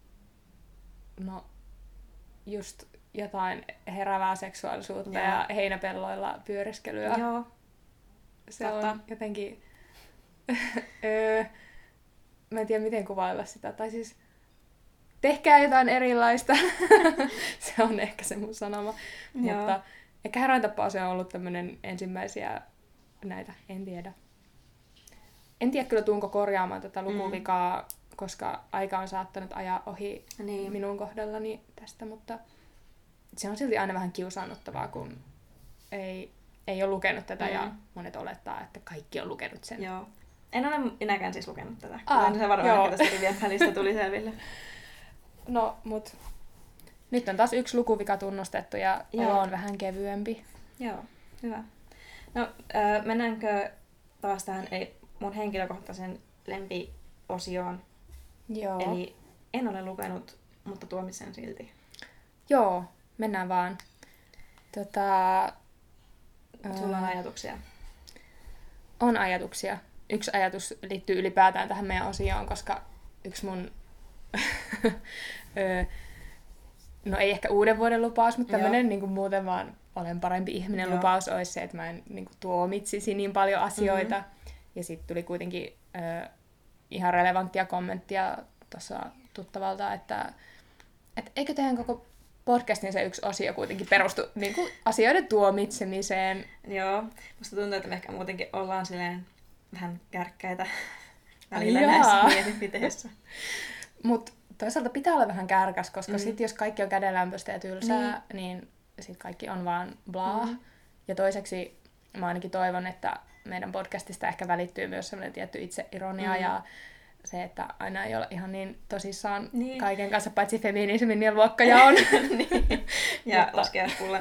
no just jotain heräävää seksuaalisuutta Joo. ja heinäpelloilla pyöriskelyä. Joo. Se totta. on jotenkin... öö, mä en tiedä miten kuvailla sitä. Tai siis tehkää jotain erilaista. Se on ehkä se mun sanoma. Joo. Mutta ehkä Häräntapaus on ollut tämmönen ensimmäisiä näitä. En tiedä. En tiedä kyllä tuunko korjaamaan tätä lukuvikaa, mm. koska aika on saattanut ajaa ohi Niin. minun kohdallani tästä, mutta se on silti aina vähän kiusaannuttavaa, kun ei, ei ole lukenut tätä mm. ja monet olettaa, että kaikki on lukenut sen. Joo. En ole minäkään siis lukenut tätä. Aa, Kuten se varmaan joo. ehkä tästä rivien välistä tuli selville. No, mut nyt on taas yksi lukuvika tunnustettu ja Joo. olo on vähän kevyempi. Joo, hyvä. No, äh, mennäänkö taas tähän ei, mun henkilökohtaisen lempiosioon? Joo. Eli en ole lukenut, mutta tuomitsen silti. Joo, mennään vaan. Tota, Sulla on ää, ajatuksia? on ajatuksia. Yksi ajatus liittyy ylipäätään tähän meidän osioon, koska yksi mun, öö, no ei ehkä uuden vuoden lupaus, mutta tämmönen niin kuin muuten vaan olen parempi ihminen Joo. lupaus olisi se, että mä en niin kuin tuomitsisi niin paljon asioita. Mm-hmm. Ja sitten tuli kuitenkin öö, ihan relevanttia kommenttia tuossa tuttavalta, että, että eikö teidän koko podcastin se yksi osio kuitenkin perustu niin kuin asioiden tuomitsemiseen. Joo, musta tuntuu, että me ehkä muutenkin ollaan silleen vähän kärkkäitä välillä Jaa. näissä mielipiteissä. Mutta toisaalta pitää olla vähän kärkäs, koska Mm. mm. sit jos kaikki on kädenlämpöistä ja tylsää, niin, niin sit kaikki on vaan blaa. Mm. Ja toiseksi mä ainakin toivon, että meidän podcastista ehkä välittyy myös sellainen tietty itseironia Mm. ja se, että aina ei ole ihan niin tosissaan Niin. kaiken kanssa, paitsi feminismin ja luokkajaon. niin. Ja Mutta- laskeaspulla.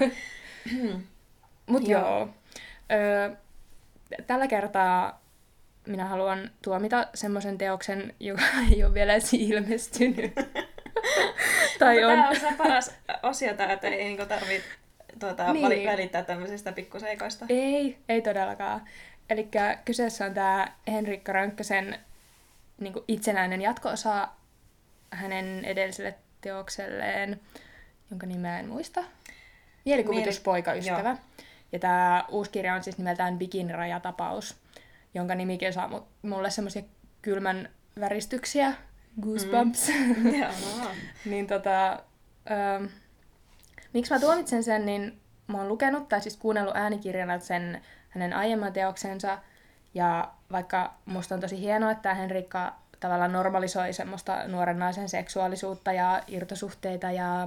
Mut Joo. joo. Öö, tällä kertaa minä haluan tuomita semmoisen teoksen, joka ei ole vielä edes ilmestynyt. tai on. Tämä on se paras osio, että ei niinku tarvitse tuota, Niin. niin. välittää tämmöisistä pikkuseikoista. Ei, ei todellakaan. Eli kyseessä on tämä Henrikka Rönkkösen niin kuin itsenäinen jatko-osa hänen edelliselle teokselleen, jonka nimeä en muista. Mielikuvituspoikaystävä. Joo. Ja tämä uusi kirja on siis nimeltään Bikin-rajatapaus, jonka nimikin saa mu- mulle semmoisia kylmän väristyksiä, goosebumps. Mm. Joo. niin tota, öö, miksi mä tuomitsen sen, niin mä oon lukenut tai siis kuunnellut äänikirjana sen hänen aiemman teoksensa. Ja vaikka musta on tosi hienoa, että Henrikka tavallaan normalisoi semmoista nuoren naisen seksuaalisuutta ja irtosuhteita ja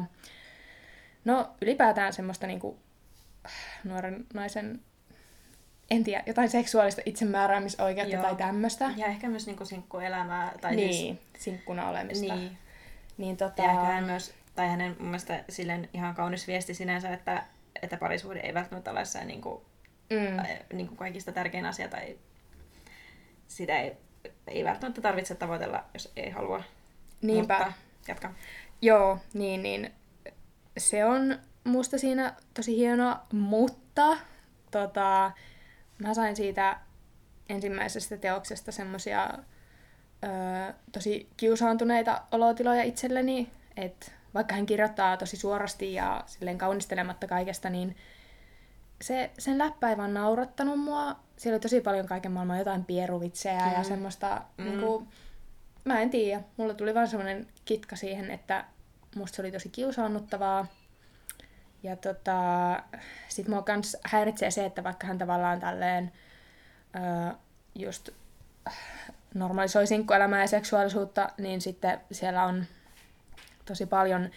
no ylipäätään semmoista niinku nuoren naisen, en tiedä, jotain seksuaalista itsemääräämisoikeutta Joo. tai tämmöistä. Ja ehkä myös niinku sinkkuelämää. Tai Niin, sinkkuna olemista. Niin. Niin tota... Ja ehkä hän myös, tai hänen mun mielestä silleen ihan kaunis viesti sinänsä, että, että parisuhde ei välttämättä ole se niin kuin, Mm. niin kuin kaikista tärkein asia, tai sitä ei, ei välttämättä tarvitse tavoitella, jos ei halua. Niinpä. Mutta jatka. Joo, niin, niin se on musta siinä tosi hienoa, mutta tota, mä sain siitä ensimmäisestä teoksesta semmosia ö, tosi kiusaantuneita olotiloja itselleni, että vaikka hän kirjoittaa tosi suorasti ja silleen kaunistelematta kaikesta, niin se, sen läppä ei vaan naurattanut mua. Siellä oli tosi paljon kaiken maailman jotain pieruvitsejä mm. ja semmoista, Mm. niinku, mä en tiedä, mulla tuli vaan semmoinen kitka siihen, että musta se oli tosi kiusaannuttavaa. Ja tota, sit mua kans häiritsee se, että vaikka hän tavallaan tälleen öö, just normalisoi sinkkuelämää ja seksuaalisuutta, niin sitten siellä on tosi paljon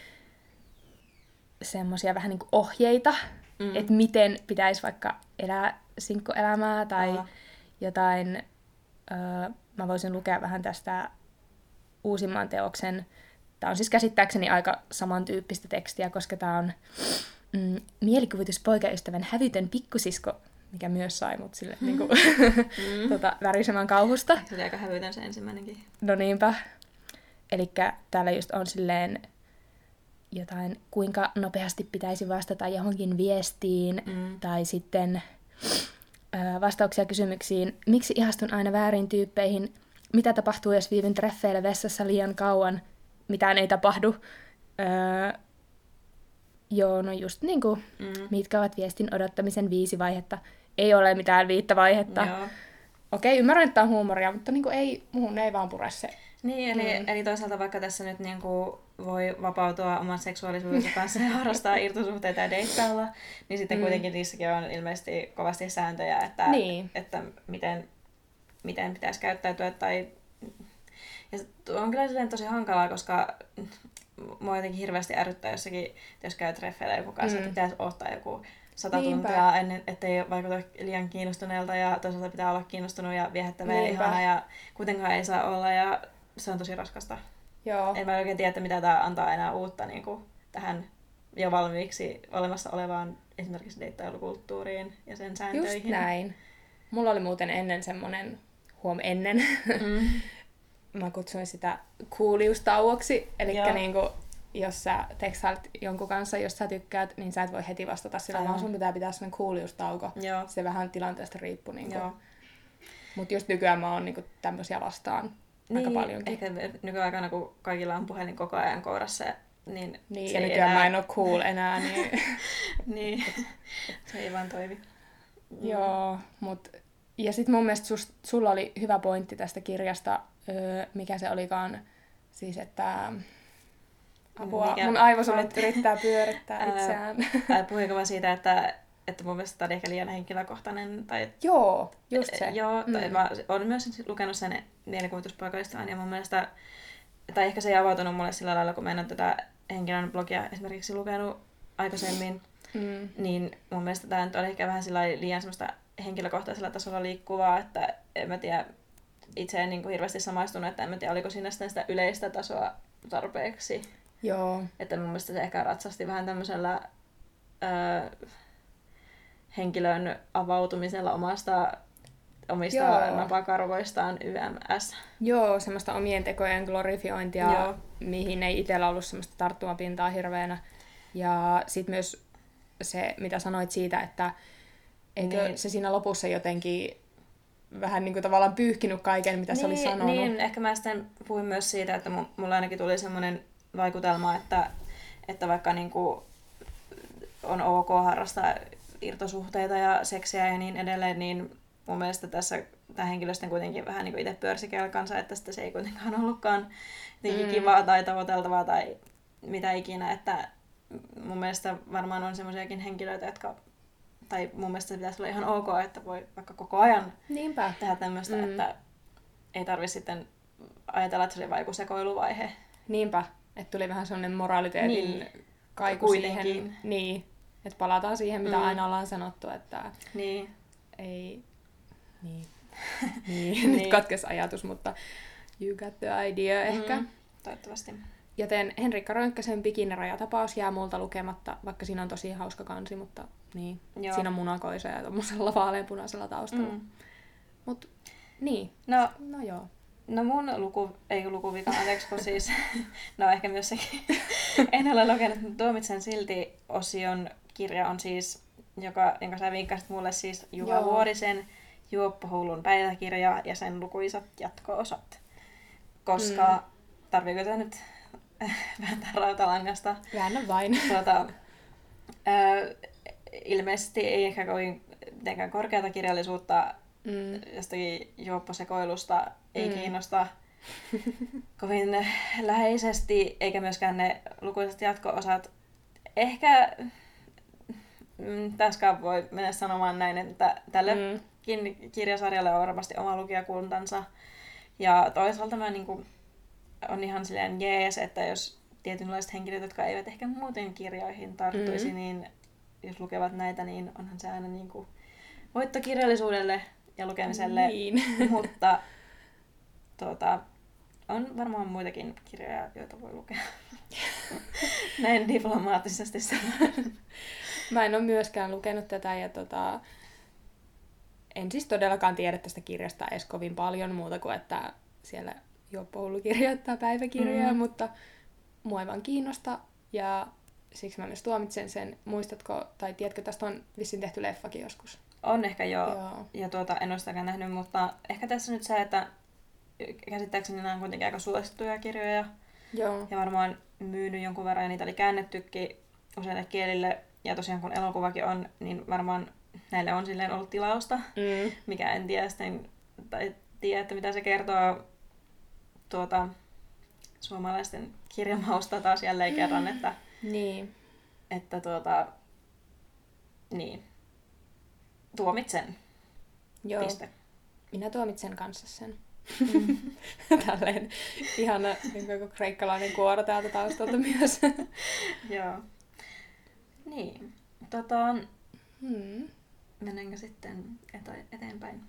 semmoisia vähän niin kuin ohjeita, mm. että miten pitäisi vaikka elää sinkkuelämää tai Aa. jotain. Öö, mä voisin lukea vähän tästä uusimman teoksen. Tämä on siis käsittääkseni aika samantyyppistä tekstiä, koska tämä on mm, mielikuvitus poikaystävän hävytön pikkusisko, mikä myös sai mut sille mm. niin kuin, mm. tota, värisemän kauhusta. Se oli aika hävytön se ensimmäinenkin. No niinpä. Elikkä täällä just on silleen jotain, kuinka nopeasti pitäisi vastata johonkin viestiin, mm. tai sitten ö, vastauksia kysymyksiin, miksi ihastun aina väärin tyyppeihin, mitä tapahtuu, jos viivyn treffeillä vessassa liian kauan, mitään ei tapahdu. Öö, joo, no just niinku, mm. mitkä ovat viestin odottamisen viisi vaihetta. Ei ole mitään viittä vaihetta. Joo. Okei, ymmärrän, että on huumoria, mutta niinku ei, muhun ei vaan pure se. Niin, eli, mm. eli toisaalta vaikka tässä nyt niinku voi vapautua oman seksuaalisuudensa kanssa ja harrastaa irtosuhteita ja deittailla, niin sitten mm. kuitenkin niissäkin on ilmeisesti kovasti sääntöjä, että, niin. että miten, miten pitäisi käyttäytyä. Tai... Ja on kyllä tosi hankalaa, koska mua jotenkin hirveästi ärsyttää jossakin, jos käy treffeillä joku kanssa, mm. että pitäisi ottaa joku sata Niinpä. tuntia ennen, ettei vaikuta liian kiinnostuneelta ja toisaalta pitää olla kiinnostunut ja viehättävä ja ihana ja kuitenkaan ei saa olla ja se on tosi raskasta. Joo. En mä oikein tiedä, että mitä tää antaa enää uutta niin kuin tähän jo valmiiksi olemassa olevaan esimerkiksi deittailukulttuuriin ja sen sääntöihin. Just näin. Mulla oli muuten ennen semmonen, huom ennen, mm. mä kutsuin sitä kuuliustauoksi, eli niinku jos sä tekstailet jonkun kanssa, jos sä tykkäät, niin sä et voi heti vastata sillä, vaan sun pitää pitää semmoinen kuuliustauko. Joo. Se vähän tilanteesta riippuu. Niinku. Mut just nykyään mä oon niinku tämmösiä vastaan niin, aika paljonkin. Ehkä nykyaikana, kun kaikilla on puhelin koko ajan kourassa, niin, niin ja nykyään enää... mä en oo cool enää, niin... niin, se ei vaan toimi. Mm. Joo, mut... Ja sit mun mielestä sus, sulla oli hyvä pointti tästä kirjasta, öö, mikä se olikaan, siis että... Apua, mikä... mun aivosolut yrittää pyörittää itseään. Ää, puhuinko mä siitä, että, että mun mielestä tämä oli ehkä liian henkilökohtainen? Tai... Joo, just se. Joo, mm. mä oon myös lukenut sen Mielikuvituspoikaistaan ja mun mielestä, tai ehkä se ei avautunut mulle sillä lailla, kun mä en ole tätä henkilön blogia esimerkiksi lukenut aikaisemmin, mm. niin mun mielestä tämä nyt oli ehkä vähän liian semmoista henkilökohtaisella tasolla liikkuvaa, että en mä tiedä, itse en niin kuin hirveästi samaistunut, että en mä tiedä, oliko siinä sitä yleistä tasoa tarpeeksi. Joo. Että mun mielestä se ehkä ratsasti vähän tämmöisellä öö, henkilön avautumisella omasta, omista Joo. napakarvoistaan Y M S. Joo, semmoista omien tekojen glorifiointia, Joo. mihin ei itsellä ollut semmoista tarttumapintaa hirveänä. Ja sit myös se, mitä sanoit siitä, että eikö niin. se siinä lopussa jotenkin vähän niin kuin tavallaan pyyhkinyt kaiken, mitä niin, se oli sanonut. Niin, ehkä mä sitten puhuin myös siitä, että mulla ainakin tuli semmoinen vaikutelma, että, että vaikka niin kuin on ok harrastaa irtosuhteita ja seksiä ja niin edelleen, niin mun mielestä tässä tämä henkilöstön kuitenkin vähän niin kuin itse pyörsi kelkansa, että sitä se ei kuitenkaan ollutkaan jotenkin mm. kivaa tai tavoiteltavaa tai mitä ikinä, että mun mielestä varmaan on semmoisiakin henkilöitä, jotka tai mun mielestä se pitäisi olla ihan ok, että voi vaikka koko ajan Niinpä. tehdä tämmöistä, mm. että ei tarvitse sitten ajatella, että se oli vaan joku sekoiluvaihe. Niinpä, että tuli vähän sellainen moraaliteetin niin. kaiku Kuitenkin. siihen. Niin, että palataan siihen, mitä mm. aina ollaan sanottu, että niin. ei... Niin. niin. Nyt katkesi ajatus, mutta you got the idea ehkä. Mm. Toivottavasti. Joten Henrikka Rönkkäsen Bikinirajatapaus jää multa lukematta, vaikka siinä on tosi hauska kansi, mutta niin. Joo. Siinä on munakoisoja ja tommosella vaaleanpunaisella taustalla. Mm. Mut niin, no, no joo. No mun luku, ei lukuvika, anteeksi, kun siis, no ehkä myös sekin, en ole lukenut, mutta Tuomitsen silti osion kirja on siis, joka, jonka sä vinkkasit mulle siis Juha Joo. Vuorisen Juoppohullun päiväkirja ja sen lukuisat jatko-osat. Koska, mm. tarviiko tämä nyt vääntää rautalangasta? Väännä vain. Tuota, ö, ilmeisesti ei ehkä kovin mitenkään korkeata kirjallisuutta mm. jostakin juopposekoilusta ei mm. kiinnosta kovin läheisesti, eikä myöskään ne lukuiset jatko-osat. Ehkä mm, tässäkään voi mennä sanomaan näin, että tällekin mm. kirjasarjalle on varmasti oma lukijakuntansa. Ja toisaalta mä niin kuin, on ihan silleen jees, että jos tietynlaiset henkilöt, jotka eivät ehkä muuten kirjoihin tarttuisi, mm. niin jos lukevat näitä, niin onhan se aina niin kuin voitto kirjallisuudelle ja lukemiselle. Niin. Mutta tuota, on varmaan muitakin kirjoja, joita voi lukea. Näin diplomaattisesti sanoen. Mä en ole myöskään lukenut tätä ja tota, en siis todellakaan tiedä tästä kirjasta edes kovin paljon muuta kuin, että siellä jo Poulu kirjoittaa päiväkirjoja, mm. mutta mua ei vaan kiinnosta ja siksi mä myös tuomitsen sen. Muistatko, tai tiedätkö, tästä on vissiin tehty leffakin joskus? On ehkä joo, joo. ja tuota, en ole sitäkään nähnyt, mutta ehkä tässä nyt se, että käsittääkseni nämä on kuitenkin aika suosittuja kirjoja. Joo. Ja varmaan myynyt jonkun verran ja niitä oli käännettykin useille kielille. Ja tosiaan kun elokuvakin on, niin varmaan näille on silleen ollut tilausta, mm. mikä en tiedä sitten, tai tiedä, että mitä se kertoo tuota, suomalaisten kirjamausta taas jälleen kerran, että, niin. että tuota, niin, tuomitsen. Joo. Piste. Minä tuomitsen kanssa sen. Mm. Tälleen ihana niin kuin kreikkalainen kuoro täältä taustalta myös. Joo. Niin. Tota, hmm. mennäänkö sitten eto- eteenpäin?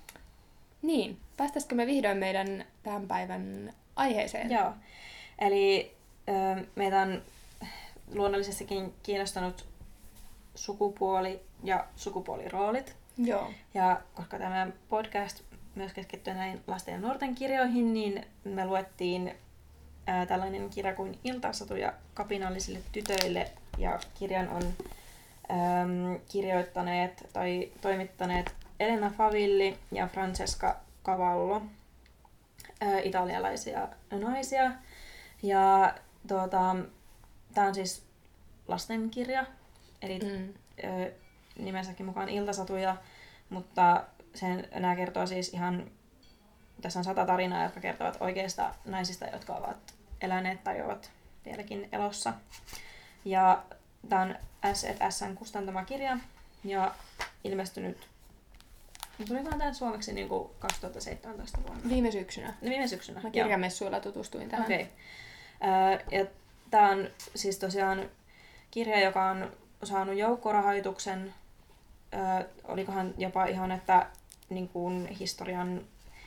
Niin. Päästäisikö me vihdoin meidän tämän päivän aiheeseen? Joo. Eli ö, meitä on luonnollisestikin kiinnostanut sukupuoli ja sukupuoliroolit. Joo. Ja koska tämä podcast myös keskittyy näihin lasten ja nuorten kirjoihin, niin me luettiin ää, tällainen kirja kuin Iltasatuja kapinallisille tytöille. Ja kirjan on äm, kirjoittaneet tai toimittaneet Elena Favilli ja Francesca Cavallo, ää, italialaisia naisia. Ja tuota, tämä on siis lastenkirja, eli mm. ää, nimensäkin mukaan Iltasatuja, mutta sen, nämä kertoo siis ihan, tässä on sata tarinaa, jotka kertovat oikeista naisista, jotka ovat eläneet tai ovat vieläkin elossa. Ja tämä on S and S:n kustantama kirja ja ilmestynyt, tulikohan tämä suomeksi niin kuin kaksituhattaseitsemäntoista vuonna? Viime syksynä. Viime syksynä, Mä kirjamessuilla tutustuin tähän. Okei. Okay. Ja tämä on siis tosiaan kirja, joka on saanut joukkorahoituksen. Ö, olikohan jopa ihan, että niin kuin historian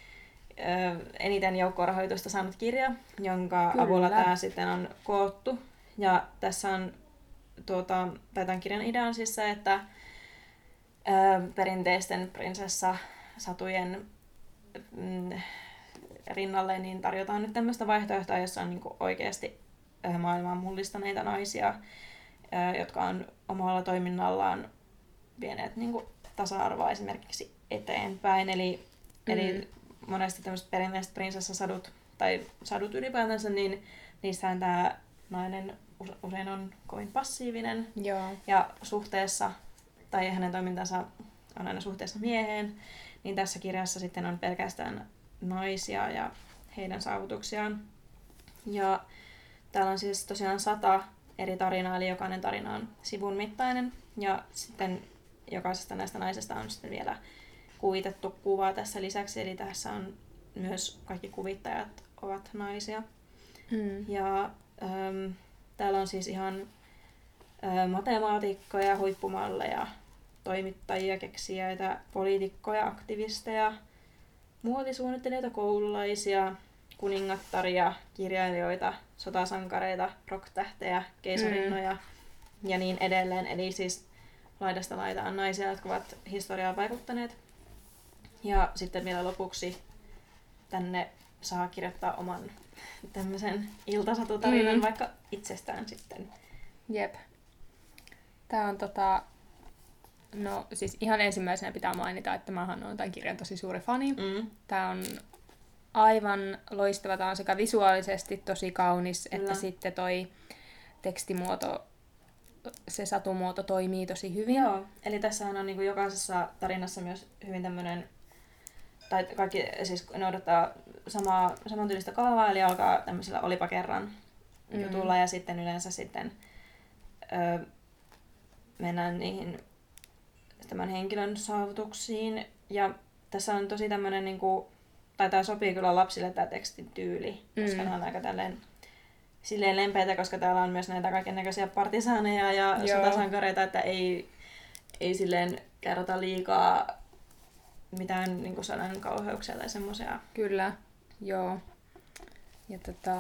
ö, eniten joukkorahoitusta saanut kirja, jonka Kyllä. avulla tämä sitten on koottu. Ja tässä on, tuota, tai tämän kirjan idea on siis se, että ö, perinteisten prinsessasatujen mm, rinnalle niin tarjotaan nyt tämmöistä vaihtoehtoa, jossa on niin kuin oikeasti ö, maailman mullistaneita naisia, ö, jotka on omalla toiminnallaan vieneet niin kuin tasa-arvoa esimerkiksi eteenpäin. Eli, mm. eli monesti tämmöiset perinteiset prinsessasadut tai sadut ylipäätänsä, niin niissähän tämä nainen usein on kovin passiivinen. Joo. Ja suhteessa, tai hänen toimintansa on aina suhteessa mieheen, niin tässä kirjassa sitten on pelkästään naisia ja heidän saavutuksiaan. Ja täällä on siis tosiaan sata eri tarinaa, eli jokainen tarina on sivun mittainen. Ja sitten jokaisesta näistä naisesta on sitten vielä kuvitettu kuva tässä lisäksi, eli tässä on myös kaikki kuvittajat ovat naisia. Mm. Ja ähm, täällä on siis ihan äh, matemaatikkoja, huippumalleja, toimittajia, keksijöitä, poliitikkoja, aktivisteja, muotisuunnittelijoita, koululaisia, kuningattaria, kirjailijoita, sotasankareita, rocktähtejä, keisarinnoja mm. ja niin edelleen. Eli siis laidasta laitaan naisia, jotka ovat historiaan vaikuttaneet. Ja sitten vielä lopuksi tänne saa kirjoittaa oman tämmöisen iltasatutarinan mm. vaikka itsestään sitten. Jep. Tää on tota... No siis ihan ensimmäisenä pitää mainita, että mähän olen tämän kirjan tosi suuri fani. Mm. Tää on aivan loistava. Tää on sekä visuaalisesti tosi kaunis, Kyllä. että sitten toi tekstimuoto, se satumuoto toimii tosi hyvin. Joo, eli tässähän on niinku jokaisessa tarinassa myös hyvin tämmönen, tai kaikki siis noudattaa samaa, samantyylistä kaavaa, eli alkaa tämmöisellä olipa kerran mm. jutulla ja sitten yleensä sitten ö, mennään niihin tämän henkilön saavutuksiin. Ja tässä on tosi tämmönen niinku, tai tää sopii kyllä lapsille tää tekstin tyyli, mm. koska nämä on aika tälleen silleen lempeitä, koska täällä on myös näitä kaikennäköisiä partisaaneja ja Joo. sotasankareita, että ei, ei silleen kerrota liikaa mitään niin sodan kauheuksia tai semmoisia. Kyllä, joo. Ja tota...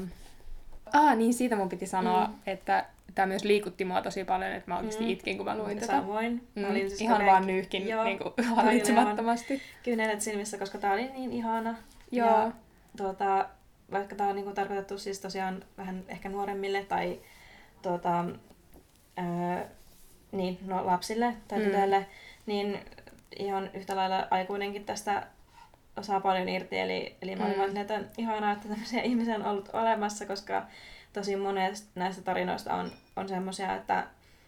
Ah, niin siitä mun piti sanoa, mm. että tämä myös liikutti mua tosi paljon, että mä oikeasti mm. itkin, kun mä luin tätä. Samoin. Mm. Olin siis ihan vaan nyyhkin niin hallitsemattomasti. Kynnet silmissä, koska tää oli niin ihana. Joo. Ja, tuota, vaikka tää on niin kuin tarkoitettu siis tosiaan vähän ehkä nuoremmille tai tuota, ää, niin, no, lapsille tai mm. tytöille, niin ihan yhtä lailla aikuinenkin tästä osaa paljon irti. Eli, eli mä olin mm. että on ihanaa, että tämmöisiä ihmisiä on ollut olemassa, koska tosi monet näistä tarinoista on, on semmoisia, että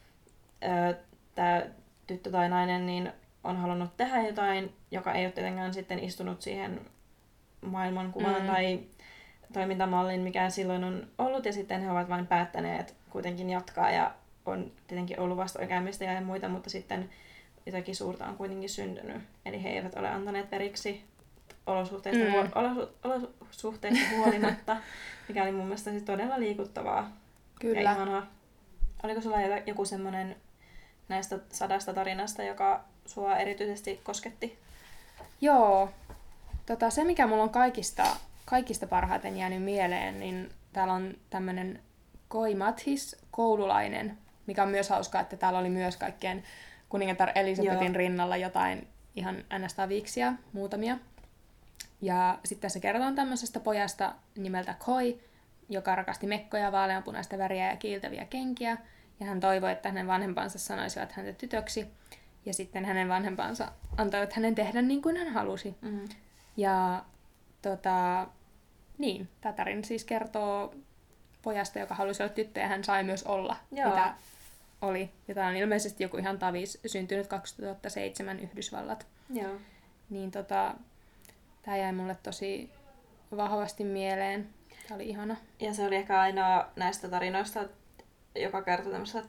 tämä tyttö tai nainen niin on halunnut tehdä jotain, joka ei ole tietenkään sitten istunut siihen maailmankuvaan mm. tai toimintamalliin, mikä silloin on ollut, ja sitten he ovat vain päättäneet kuitenkin jatkaa, ja on tietenkin ollut vastoinkäymistä ja muita, mutta sitten jotakin suurta on kuitenkin syntynyt. Eli he eivät ole antaneet periksi olosuhteista, mm. huo- olosu- olosuhteista huolimatta, mikä oli mun mielestä siis todella liikuttavaa. Kyllä. Ja ihanaa. Oliko sulla joku semmoinen näistä sadasta tarinasta, joka sua erityisesti kosketti? Joo. Tota, se, mikä mulla on kaikista, kaikista parhaiten jäänyt mieleen, niin täällä on tämmönen Koi Mathis, koululainen, mikä on myös hauskaa, että täällä oli myös kaikkien kuningatar Elisabetin Joo. rinnalla jotain ihan ns-taviksia, muutamia. Ja sitten se kertoo tämmöisestä pojasta nimeltä Koi, joka rakasti mekkoja, vaaleanpunaista väriä ja kiiltäviä kenkiä. Ja hän toivoi, että hänen vanhempansa sanoisivat häntä tytöksi. Ja sitten hänen vanhempansa antoivat hänen tehdä niin kuin hän halusi. Mm-hmm. Ja tota, niin, tämä tarina siis kertoo pojasta, joka halusi olla tyttö, ja hän sai myös olla, Joo. mitä oli. Ja tämä on ilmeisesti joku ihan tavis, syntynyt kaksituhattaseitsemän Yhdysvallat. Joo. Niin tota, tämä jäi mulle tosi vahvasti mieleen. Tämä oli ihana. Ja se oli ehkä ainoa näistä tarinoista, joka kertoo tämmöisestä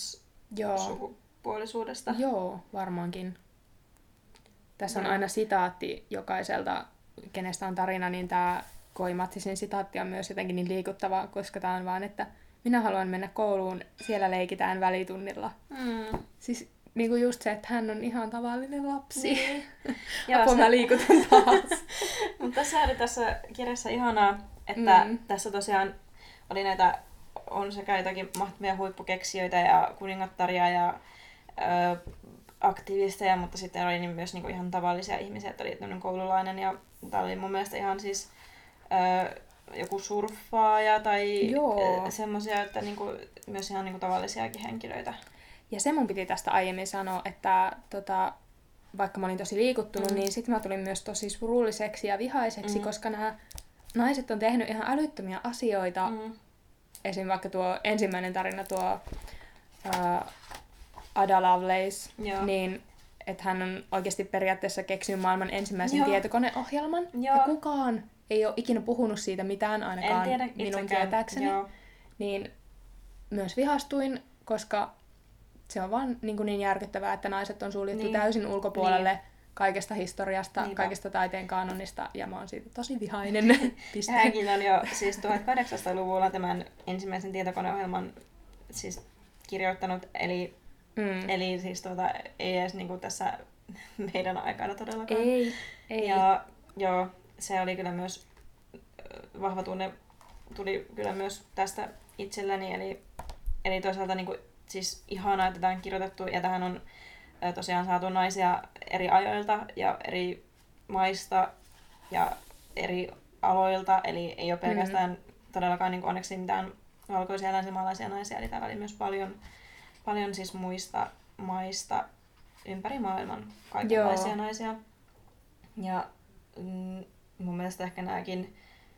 transsukupuolisuudesta. Joo, varmaankin. Tässä on aina sitaatti jokaiselta, kenestä on tarina, niin tämä Koi Mathisin sitaatti on myös jotenkin niin liikuttava, koska tämä on vaan, että minä haluan mennä kouluun, siellä leikitään välitunnilla. Mm. Siis niin kuin just se, että hän on ihan tavallinen lapsi. Niin. Apua, se... mä liikutan taas. Mutta tässä oli tässä kirjassa ihanaa, että mm. tässä tosiaan oli näitä, on sekä jotakin mahtavia huippukeksijöitä ja kuningattaria ja ö, aktivisteja, mutta sitten oli myös niinku ihan tavallisia ihmisiä, että oli tämmöinen koululainen, ja tämä oli mun mielestä ihan siis ö, joku surffaaja tai semmoisia, että niinku, myös ihan niinku tavallisiakin henkilöitä. Ja se mun piti tästä aiemmin sanoa, että tota, vaikka mä olin tosi liikuttunut, mm. niin sitten mä tulin myös tosi surulliseksi ja vihaiseksi, mm. koska nämä naiset on tehnyt ihan älyttömiä asioita. Mm. Esim. Vaikka tuo ensimmäinen tarina, tuo uh, Ada Lovelace, Joo. niin että hän on oikeasti periaatteessa keksinyt maailman ensimmäisen Joo. tietokoneohjelman. Joo. Ja kukaan ei ole ikinä puhunut siitä mitään, ainakaan tiedä, minun tietääkseni. Joo. Niin myös vihastuin, koska se on vaan niin, niin järkyttävää, että naiset on suljettu niin. täysin ulkopuolelle niin. kaikesta historiasta, Niinpä. kaikesta taiteen kaanonista, ja mä oon siitä tosi vihainen. Hänkin on jo siis tuhatkahdeksansataaluvulla tämän ensimmäisen tietokoneohjelman siis kirjoittanut, eli, mm. eli siis tuota, ei edes niin kuin tässä meidän aikana todellakaan. Ei, ei. Ja joo, se oli kyllä myös vahva tunne, tuli kyllä myös tästä itselläni, eli, eli toisaalta niin kuin, siis ihanaa, että tämä on kirjoitettu, ja tähän on ä, tosiaan saatu naisia eri ajoilta ja eri maista ja eri aloilta, eli ei ole pelkästään mm. todellakaan niin kuin onneksi mitään valkoisia länsimaalaisia naisia, eli täällä oli myös paljon, paljon siis muista maista ympäri maailman kaikenlaisia Joo. naisia. Ja mm, mun mielestä ehkä nämäkin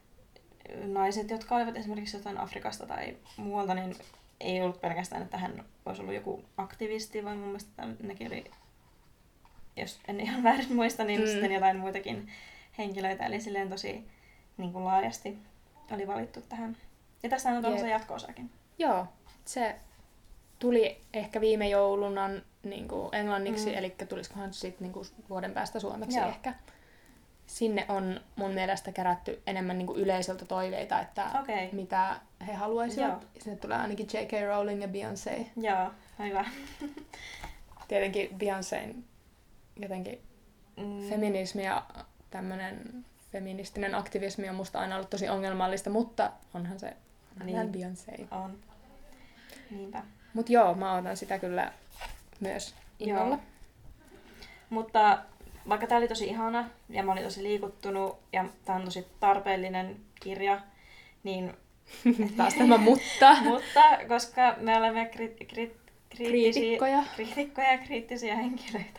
naiset, jotka olivat esimerkiksi jotain Afrikasta tai muualta, niin ei ollut pelkästään, että hän olisi ollut joku aktivisti, vaan mun mielestä nekin oli, jos en ihan väärin muista, niin mm. sitten jotain muitakin henkilöitä. Eli silleen tosi niin kuin laajasti oli valittu tähän. Ja tässä on tuollaisen jatko-osakin. Joo, se tuli ehkä viime jouluna niin kuin englanniksi, Mm. eli tulisikohan sitten niin kuin vuoden päästä suomeksi Joo. ehkä. Sinne on mun mielestä kerätty enemmän niin kuin yleisöltä toiveita, että Okei. mitä he haluaisivat. Joo. Sinne tulee ainakin J K. Rowling ja Beyoncé. Joo, hyvä. Tietenkin Beyoncén jotenkin Mm. feminismi ja tämmöinen feministinen aktivismi on musta aina ollut tosi ongelmallista, mutta onhan se niin. Niin. Beyoncé. On. Niinpä. Mut joo, mä otan sitä kyllä myös innolla. Joo. Mutta vaikka tää oli tosi ihana ja mä olin tosi liikuttunut ja tää on tosi tarpeellinen kirja, niin Taas tämä mutta. mutta koska me olemme kri- kri- kriittisiä, Kriitikkoja. kriitikkoja ja kriittisiä henkilöitä,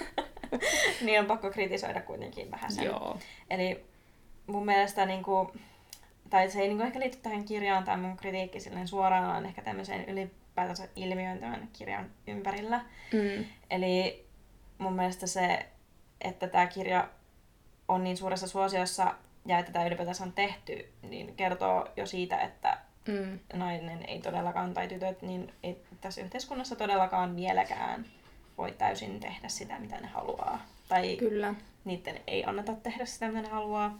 niin on pakko kritisoida kuitenkin vähän sen. Joo. Eli mun mielestä, niinku, tai se ei niinku ehkä liity tähän kirjaan tai mun kritiikki silleen suoraan, vaan ehkä tämmöiseen ylipäätänsä ilmiöön tämän kirjan ympärillä. Mm. Eli mun mielestä se, että tämä kirja on niin suuressa suosiossa ja että tämä ylipäätänsä on tehty, niin kertoo jo siitä, että Mm. nainen ei todellakaan, tai tytöt, niin ei tässä yhteiskunnassa todellakaan vieläkään voi täysin tehdä sitä, mitä ne haluaa. Tai Kyllä. niiden ei anneta tehdä sitä, mitä ne haluaa.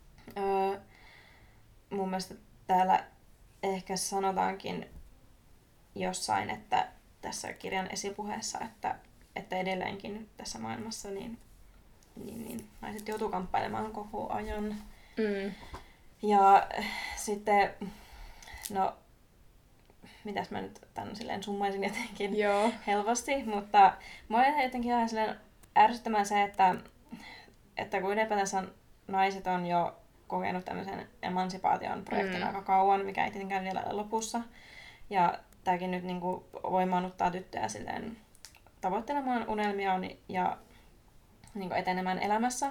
Öö, mun mielestä täällä ehkä sanotaankin jossain, että tässä kirjan esipuheessa, että, että edelleenkin tässä maailmassa niin, niin, niin naiset joutuu kamppailemaan koko ajan. Mm. Ja sitten, no, mitäs mä nyt tän silleen summaisin jotenkin Joo. helposti, mutta mua on jotenkin vähän silleen ärsyttämään se, että, että kun ylipäätänsä naiset on jo kokenut tämmöisen emansipaation projektin Mm. aika kauan, mikä ei tietenkään vielä ole lopussa. Ja tämäkin nyt niinku voimaannuttaa tyttöjä silleen tavoittelemaan unelmiaan ja niinku etenemään elämässä.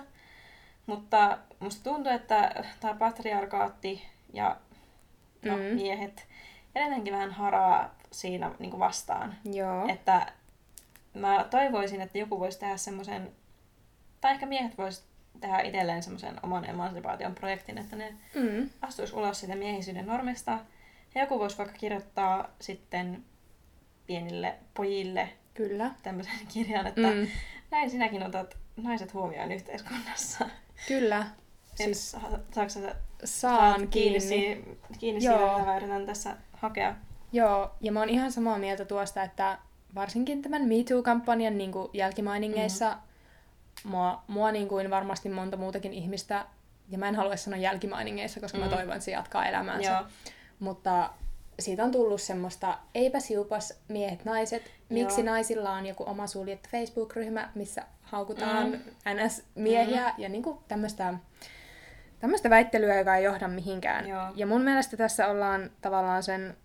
Mutta musta tuntuu, että tämä patriarkaatti ja no, Mm. miehet edelleenkin vähän haraa siinä niinku vastaan. Joo. Että mä toivoisin, että joku voisi tehdä semmoisen, tai ehkä miehet vois tehdä itselleen semmoisen oman emansipaation projektin, että ne Mm. astuisi ulos siitä miehisyyden normista. Ja joku voisi vaikka kirjoittaa sitten pienille pojille Kyllä. tämmöisen kirjan, että Mm. näin sinäkin otat naiset huomioon yhteiskunnassa. Kyllä. Siis, Siis saatko sä saan kiinni, kiinni. si- kiinni Joo. siitä, mitä mä yritän tässä hakea? Joo, ja mä oon ihan samaa mieltä tuosta, että varsinkin tämän Me Too-kampanjan niin kuin jälkimainingeissa mm-hmm. mua, mua niin kuin varmasti monta muutakin ihmistä, ja mä en halua sanoa jälkimainingeissa, koska mm-hmm. mä toivon, että se jatkaa elämäänsä. Joo. Mutta siitä on tullut semmoista eipäs juupas miehet naiset, miksi Joo. naisilla on joku oma suljettu Facebook-ryhmä, missä haukutaan Mm. N S-miehiä mm. ja niinku tämmöistä tämmöistä väittelyä, joka ei johda mihinkään. Joo. Ja mun mielestä tässä ollaan tavallaan sen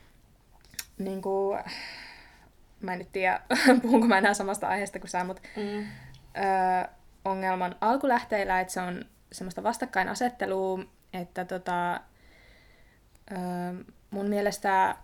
niinku, mä en nyt tiedä, puhunko mä enää samasta aiheesta kuin sä, mutta Mm. öö, ongelman alkulähteillä, että se on semmoista vastakkainasettelua, että tota, öö, mun mielestä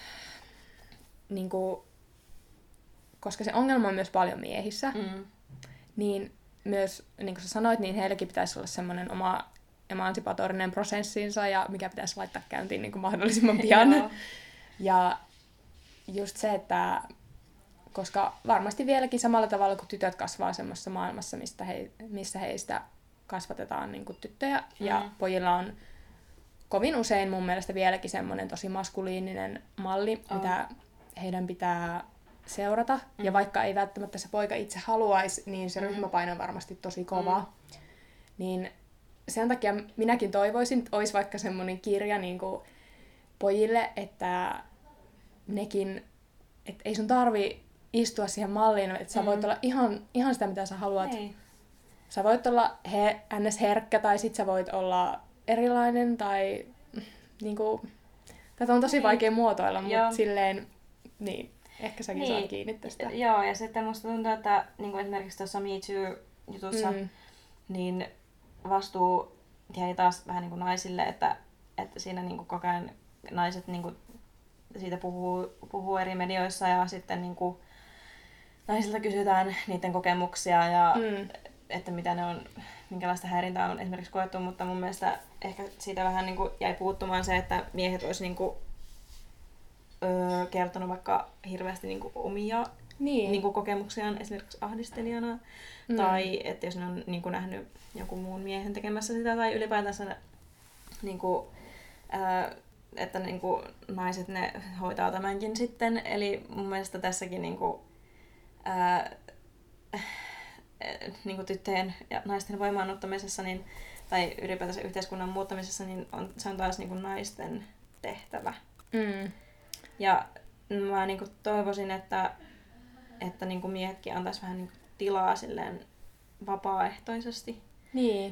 niinku, koska se ongelma on myös paljon miehissä, Mm. niin myös, niin kuin sä sanoit, niin heilläkin pitäisi olla semmoinen oma emansipatorinen prosessinsa, ja mikä pitäisi laittaa käyntiin niin kuin mahdollisimman pian. Joo. Ja just se, että koska varmasti vieläkin samalla tavalla kuin tytöt kasvaa semmoisessa maailmassa, mistä he, missä heistä kasvatetaan niin kuin tyttöjä, mm. ja pojilla on kovin usein mun mielestä vieläkin semmoinen tosi maskuliininen malli, Oh. mitä heidän pitää seurata. Mm. Ja vaikka ei välttämättä se poika itse haluaisi, niin se mm. ryhmäpaino on varmasti tosi kova. Mm. Niin sen takia minäkin toivoisin, että olisi vaikka semmoinen kirja niin kuin pojille, että nekin, että ei sun tarvi istua siihen malliin, että sä voit mm. olla ihan, ihan sitä, mitä sä haluat. Ei. Sä voit olla he, ns. Herkkä, tai sit sä voit olla erilainen, tai niinku, tätä on tosi Niin. vaikea muotoilla, Joo. mutta silleen, niin, ehkä säkin Niin. saat kiinni tästä. Joo, ja sitten musta tuntuu, että niin kuin esimerkiksi tuossa Me Too-jutussa, Mm. niin vastuu jäi taas vähän niin kuin naisille, että, että siinä niin kuin koko ajan naiset niin kuin siitä puhuu, puhuu eri medioissa ja sitten niin kuin naisilta kysytään niiden kokemuksia ja Mm. että mitä ne on, minkälaista häirintää on esimerkiksi koettu, mutta mun mielestä ehkä siitä vähän niin kuin jäi puuttumaan se, että miehet olisi niin kuin öö, kertonut vaikka hirveästi niinku omia Niin. niinku kokemuksiaan esimerkiksi ahdistelijana. Mm. Tai että jos ne on niinku nähnyt jonkun muun miehen tekemässä sitä tai ylipäätänsä niinku, ää, että niinku naiset ne hoitaa tämänkin sitten. Eli mun mielestä tässäkin niinku, ää, niinku tyttöjen ja naisten voimaanottamisessa niin, tai ylipäätänsä yhteiskunnan muuttamisessa niin on, se on taas niinku naisten tehtävä. Mm. Ja mä niinku toivoisin, että, että niinku miehetkin antais vähän niinku tilaa silleen vapaaehtoisesti. Niin.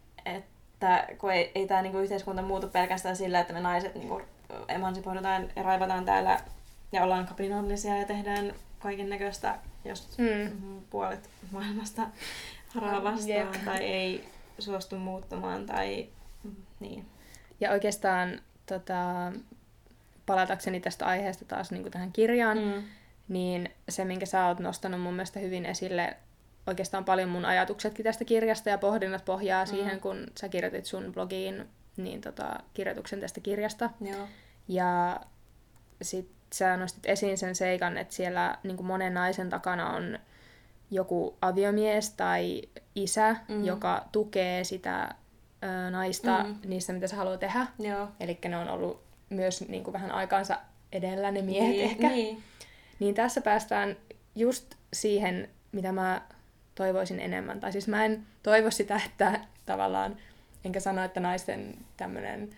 Että kun ei, ei tämä niinku yhteiskunta muutu pelkästään sillä, että me naiset niinku emansipoidutaan ja raivataan täällä ja ollaan kapinallisia ja tehdään kaiken näköistä, jos Mm. puolet maailmasta haraa vastaan Jep. tai ei suostu muuttumaan tai niin. Ja oikeastaan tota, palatakseni tästä aiheesta taas niin kuin tähän kirjaan, Mm. niin se, minkä sä oot nostanut mun mielestä hyvin esille, oikeastaan paljon mun ajatuksetkin tästä kirjasta ja pohdinnat pohjaa mm. siihen, kun sä kirjoitit sun blogiin niin tota, kirjoituksen tästä kirjasta. Joo. Ja sit sä nostit esiin sen seikan, että siellä niin kuin monen naisen takana on joku aviomies tai isä, mm. joka tukee sitä ö, naista mm. niissä, mitä se haluaa tehdä. Eli ne on ollut myös niin kuin vähän aikaansa edellä ne miehet niin, ehkä. Niin. Niin tässä päästään just siihen, mitä mä toivoisin enemmän. Tai siis mä en toivo sitä, että tavallaan, enkä sano, että naisten tämmönen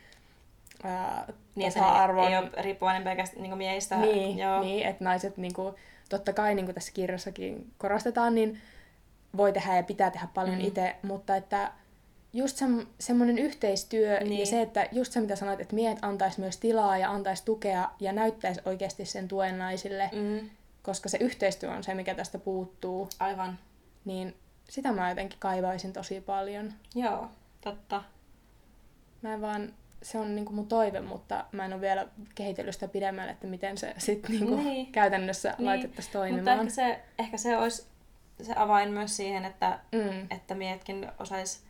ää, niin, tasa-arvon... ei ole riippuvainen pelkästään niin miehistä. Niin, Joo. niin, että naiset niin kuin, totta kai niin kuin tässä kirjassakin korostetaan, niin voi tehdä ja pitää tehdä paljon mm. itse, mutta että just se, semmoinen yhteistyö niin. Ja se, että just se mitä sanoit, että miehet antaisi myös tilaa ja antaisi tukea ja näyttäisi oikeasti sen tuen naisille, mm. koska se yhteistyö on se, mikä tästä puuttuu. Aivan. Niin sitä mä jotenkin kaivaisin tosi paljon. Joo, totta. Mä en vaan, se on niinku mun toive, mutta mä en ole vielä kehitellyt sitä pidemmälle, että miten se sitten niinku niin. käytännössä niin. laitettaisiin toimimaan. Mutta ehkä se, ehkä se olisi se avain myös siihen, että, mm. että miehetkin osais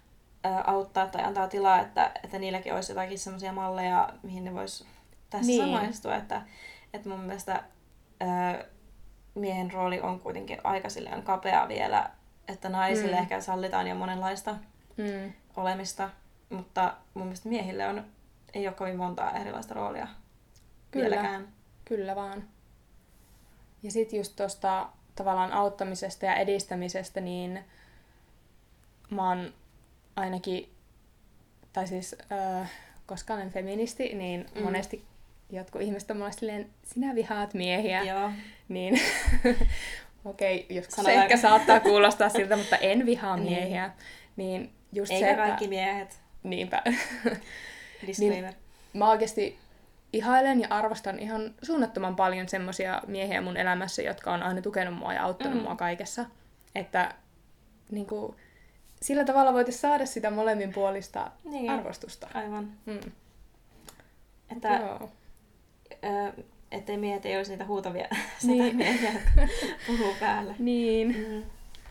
auttaa tai antaa tilaa, että, että niilläkin olisi jotakin semmoisia malleja, mihin ne vois tässä niin. samaistua. Että, että mun mielestä ää, miehen rooli on kuitenkin aika silleen kapea vielä, että naisille mm. ehkä sallitaan jo monenlaista mm. olemista, mutta mun mielestä miehille on, ei ole kovin montaa erilaista roolia Kyllä. vieläkään. Kyllä vaan. Ja sitten just tuosta tavallaan auttamisesta ja edistämisestä, niin mä oon ainakin, tai siis äh, koska olen feministi, niin mm. monesti jotkut ihmiset on mulle silleen, sinä vihaat miehiä. Joo. Niin okei, okay, joskus Sanotaan. Se ehkä saattaa kuulostaa siltä, mutta en vihaa miehiä. Niin just Eikä se, että... kaikki miehet. Niinpä. Disclaimer. Niin, mä oikeasti ihailen ja arvostan ihan suunnattoman paljon semmosia miehiä mun elämässä, jotka on aina tukenut mua ja auttanut mm. mua kaikessa. Että niinku, sillä tavalla voitaisiin saada sitä molemminpuolista niin, arvostusta. Aivan. Mm. Että, Joo. Ö, ettei miehet ei olisi niitä huutavia niin. setämiehiä, jotka puhuu päälle. Niin. Mm.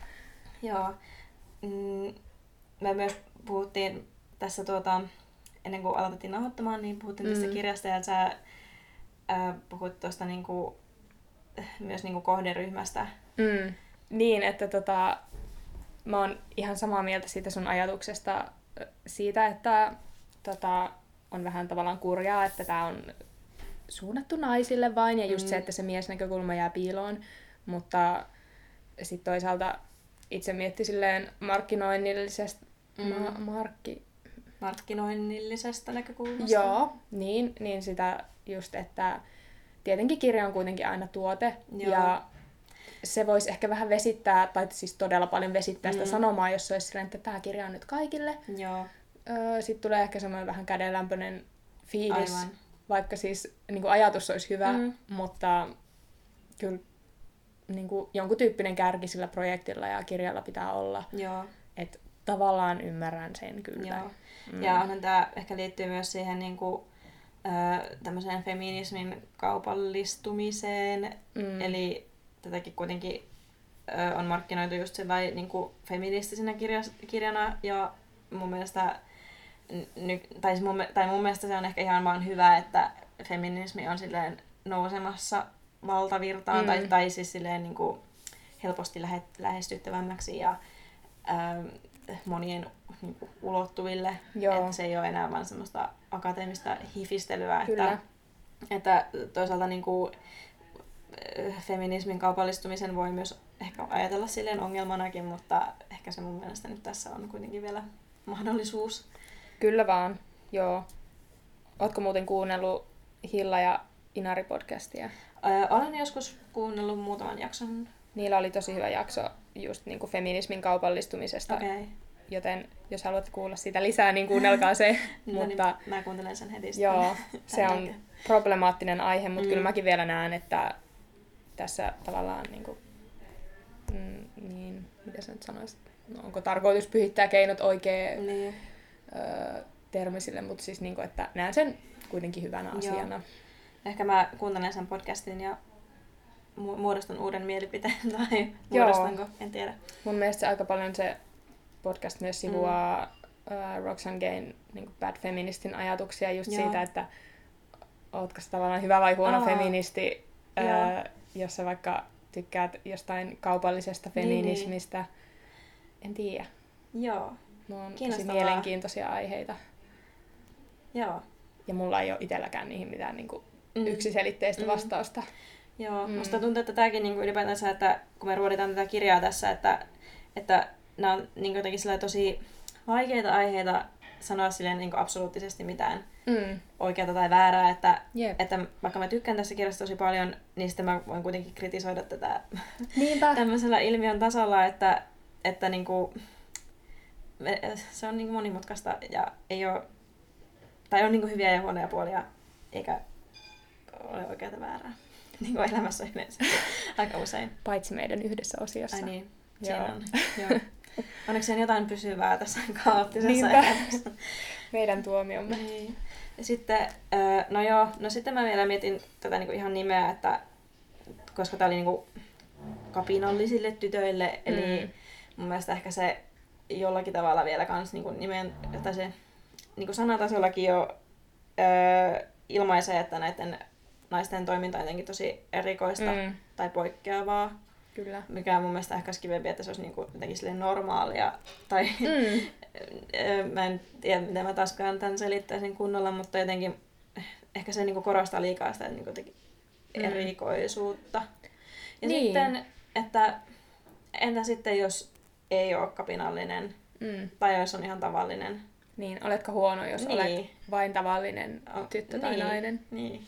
Joo. Mm. Me myös puhuttiin tässä tuota, ennen kuin aloitettiin nauhoittamaan, niin puhuttiin mm. tästä kirjasta ja sä ää, puhut tuosta niinku, myös niinku kohderyhmästä. Mm. Niin, että tota, mä oon ihan samaa mieltä siitä sun ajatuksesta siitä, että tota, on vähän tavallaan kurjaa, että tää on suunnattu naisille vain ja just mm. se, että se miesnäkökulma jää piiloon, mutta sitten toisaalta itse mietti silleen markkinoinnillisesta mm. ma- markki... markkinoinnillisesta näkökulmasta. Joo, niin, niin sitä just, että tietenkin kirja on kuitenkin aina tuote Joo. ja se voisi ehkä vähän vesittää, tai siis todella paljon vesittää mm. sitä sanomaa, jos se olisi silleen, että tämä kirja on nyt kaikille. Joo. Öö, sitten tulee ehkä semmoinen vähän kädenlämpöinen fiilis, Aivan. vaikka siis niin kuin ajatus olisi hyvä, mm. mutta kyllä niin kuin jonkun tyyppinen kärki sillä projektilla ja kirjalla pitää olla. Joo. Et tavallaan ymmärrän sen kyllä. Joo. Mm. Ja onhan tämä ehkä liittyy myös siihen niin kuin, ö, tämmöiseen feminismin kaupallistumiseen, mm. eli tätäkin kuitenkin ö, on markkinoitu just sellainen niin kuin feministisenä kirja, kirjana, ja mun mielestä, ny, tai, mun, tai mun mielestä se on ehkä ihan vaan hyvä, että feminismi on silleen nousemassa valtavirtaan, mm. tai, tai siis silleen niin kuin helposti lähe, lähestyttävämmäksi ja ää, monien niin kuin ulottuville. Että se ei ole enää vain semmoista akateemista hifistelyä. Että, että toisaalta niin kuin, feminismin kaupallistumisen voi myös ehkä ajatella silleen ongelmanakin, mutta ehkä se mun mielestä nyt tässä on kuitenkin vielä mahdollisuus. Kyllä vaan, joo. Ootko muuten kuunnellut Hilla ja Inari-podcastia? Öö, olen joskus kuunnellut muutaman jakson. Niillä oli tosi hyvä jakso just niin kuin feminismin kaupallistumisesta. Okay. Joten jos haluatte kuulla siitä lisää, niin kuunnelkaa se. no mutta, niin, mä kuuntelen sen heti. Joo, se on problemaattinen aihe, mutta mm. kyllä mäkin vielä näen, että tässä tavallaan niin kuin, mm, niin, mitä sä nyt sanoisit? No, onko tarkoitus pyhittää keinot oikea niin. ö, termi sille, mutta siis niin kuin, että näen sen kuitenkin hyvänä asiana. Joo. Ehkä mä kuuntelen sen podcastin ja muodostan uuden mielipiteen, tai muodostanko, en tiedä. Mun mielestä se aika paljon se podcast myös sivuaa mm. uh, Roxane Gayn niin Bad Feministin ajatuksia just Joo. siitä, että ootko sä tavallaan hyvä vai huono Aa. feministi, uh, jos sä vaikka tykkäät jostain kaupallisesta feminismistä. Niin, niin. En tiedä. Joo. Ne on tosi mielenkiintoisia aiheita. Joo. Ja mulla ei ole itselläkään niihin mitään niin kuin, mm. yksiselitteistä mm. vastausta. Joo, mm. musta tuntuu, että tämäkin niin kuin ylipäätänsä, että kun me ruoditaan tätä kirjaa tässä, että, että nämä on niin jotenkin tosi vaikeita aiheita sanoa silleen niin kuin absoluuttisesti mitään mm. oikeaa tai väärää, että, yep. että vaikka mä tykkään tässä kirjasta tosi paljon, niin sitten mä voin kuitenkin kritisoida tätä tämmöisellä ilmiön tasolla, että, että niin kuin, se on niin kuin monimutkaista ja ei ole, tai on niin kuin hyviä ja huonoja puolia, eikä ole oikeaa tai väärää. Niin kuin elämässä yleensä aika usein. Paitsi meidän yhdessä osiossa. Ai niin, siinä on. Joo. Onneksi siinä jotain pysyvää tässä kaoottisessa elämässä. Meidän tuomiomme. Niin. Ja sitten, no joo, no sitten mä vielä mietin tätä niinku ihan nimeä, että koska tää oli niinku kapinallisille tytöille, eli mm. mun mielestä ehkä se jollakin tavalla vielä kans niinku nimen, tai se niinku sanatasollakin jo öö, ilmaisee, että näiden naisten toiminta on jotenkin tosi erikoista mm. tai poikkeavaa. Kyllä. Mikä on mun mielestä ehkä kivempi, että se olisi niinku jotenkin silleen normaalia. Tai mm. mä en tiedä, miten mä taaskaan tämän selittäisin kunnolla, mutta jotenkin ehkä se niinku korostaa liikaa sitä niinku mm. erikoisuutta. Ja niin. sitten, että entä sitten jos ei ole kapinallinen mm. tai jos on ihan tavallinen? Niin, oletko huono, jos niin. olet vain tavallinen tyttö tai niin. nainen? Niin.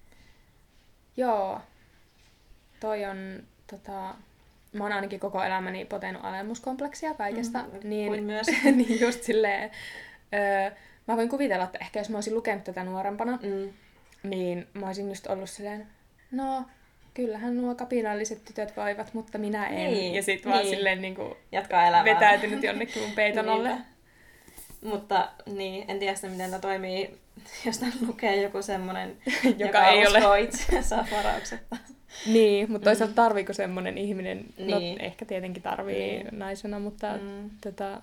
Joo. Toi on, tota, mä oon ainakin koko elämäni potenut alemuskompleksia kaikesta. Mm, niin, kuin myös. niin just silleen. Öö, mä voin kuvitella, että ehkä jos mä olisin lukenut tätä nuorempana, mm. niin mä olisin just ollut silleen, no kyllähän nuo kapinalliset tytöt voivat, mutta minä en. Niin, ja sit niin. vaan silleen niinku jatkaa elämää. Vetäytynyt jonnekin mun peiton alle. Mutta niin, en tiedä sitä, miten tämä toimii, jos tämän lukee joku semmoinen, joka, joka ei uskoo ole itsensä varauksetta. Niin, mutta toisaalta tarviiko semmoinen ihminen? Niin. No ehkä tietenkin tarvii niin. naisena, mutta mm. tota,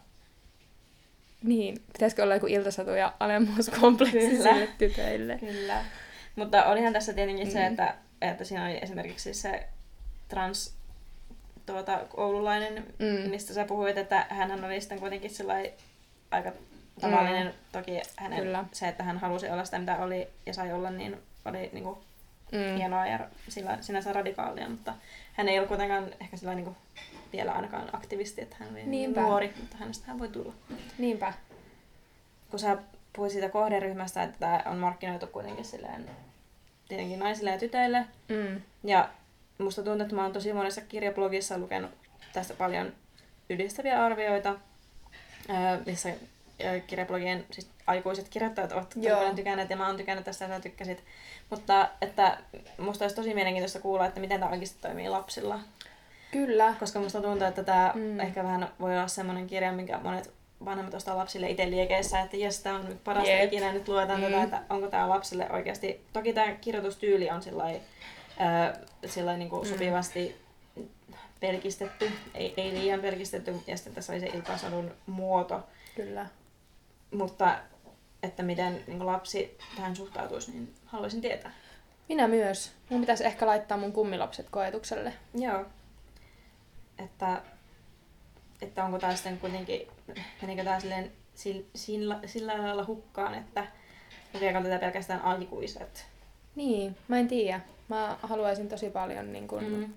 niin, pitäisikö olla joku iltasatu ja alemmuuskompleksi sille tytöille? Kyllä. Mutta olihan tässä tietenkin mm. se, että, että siinä oli esimerkiksi se trans tuota, koululainen, mm. mistä sä puhuit, että hänhän oli sitten kuitenkin sellainen aika tavallinen. Mm. Toki hänen, se, että hän halusi olla sitä, mitä oli ja sai olla, niin oli niin kuin mm. hienoa ja sillä, sinänsä radikaalia, mutta hän ei ollut kuitenkaan ehkä sillä niin kuin vielä ainakaan aktivisti, että hän oli Niinpä. nuori, mutta hänestä hän voi tulla. Niinpä. Kun sä puhuit siitä kohderyhmästä, että tämä on markkinoitu kuitenkin silleen, tietenkin naisille ja tytöille. Mm. Ja musta tuntuu, että mä oon tosi monessa kirjablogissa lukenut tästä paljon ylistäviä arvioita, missä kirjablogien siis aikuiset kirjoittajat ovat paljon tykänneet ja mä oon tykännyt tästä ja sä tykkäsit. Mutta että musta olisi tosi mielenkiintoista kuulla, että miten tämä oikeasti toimii lapsilla. Kyllä. Koska musta tuntuu, että tämä mm. ehkä vähän voi olla semmoinen kirja, minkä monet vanhemmat ostaa lapsille itse liekeissä, että jes, tämä on nyt parasta yep. ikinä, nyt luetaan mm. tätä, että onko tämä lapsille oikeasti. Toki tämä kirjoitustyyli on sillai, äh, sillai niinku mm. sopivasti pelkistetty, ei, ei liian pelkistetty, ja sitten tässä oli se iltasadun muoto. Kyllä. Mutta että miten niin lapsi tähän suhtautuisi, niin haluaisin tietää. Minä myös. Mun pitäisi ehkä laittaa mun kummilapset koetukselle. Joo. Että, että onko tää sitten kuitenkin, menikö tää silleen, sillä, sillä lailla hukkaan, että lukeeko tätä pelkästään aikuiset? Niin, mä en tiedä. Mä haluaisin tosi paljon niin kun, mm.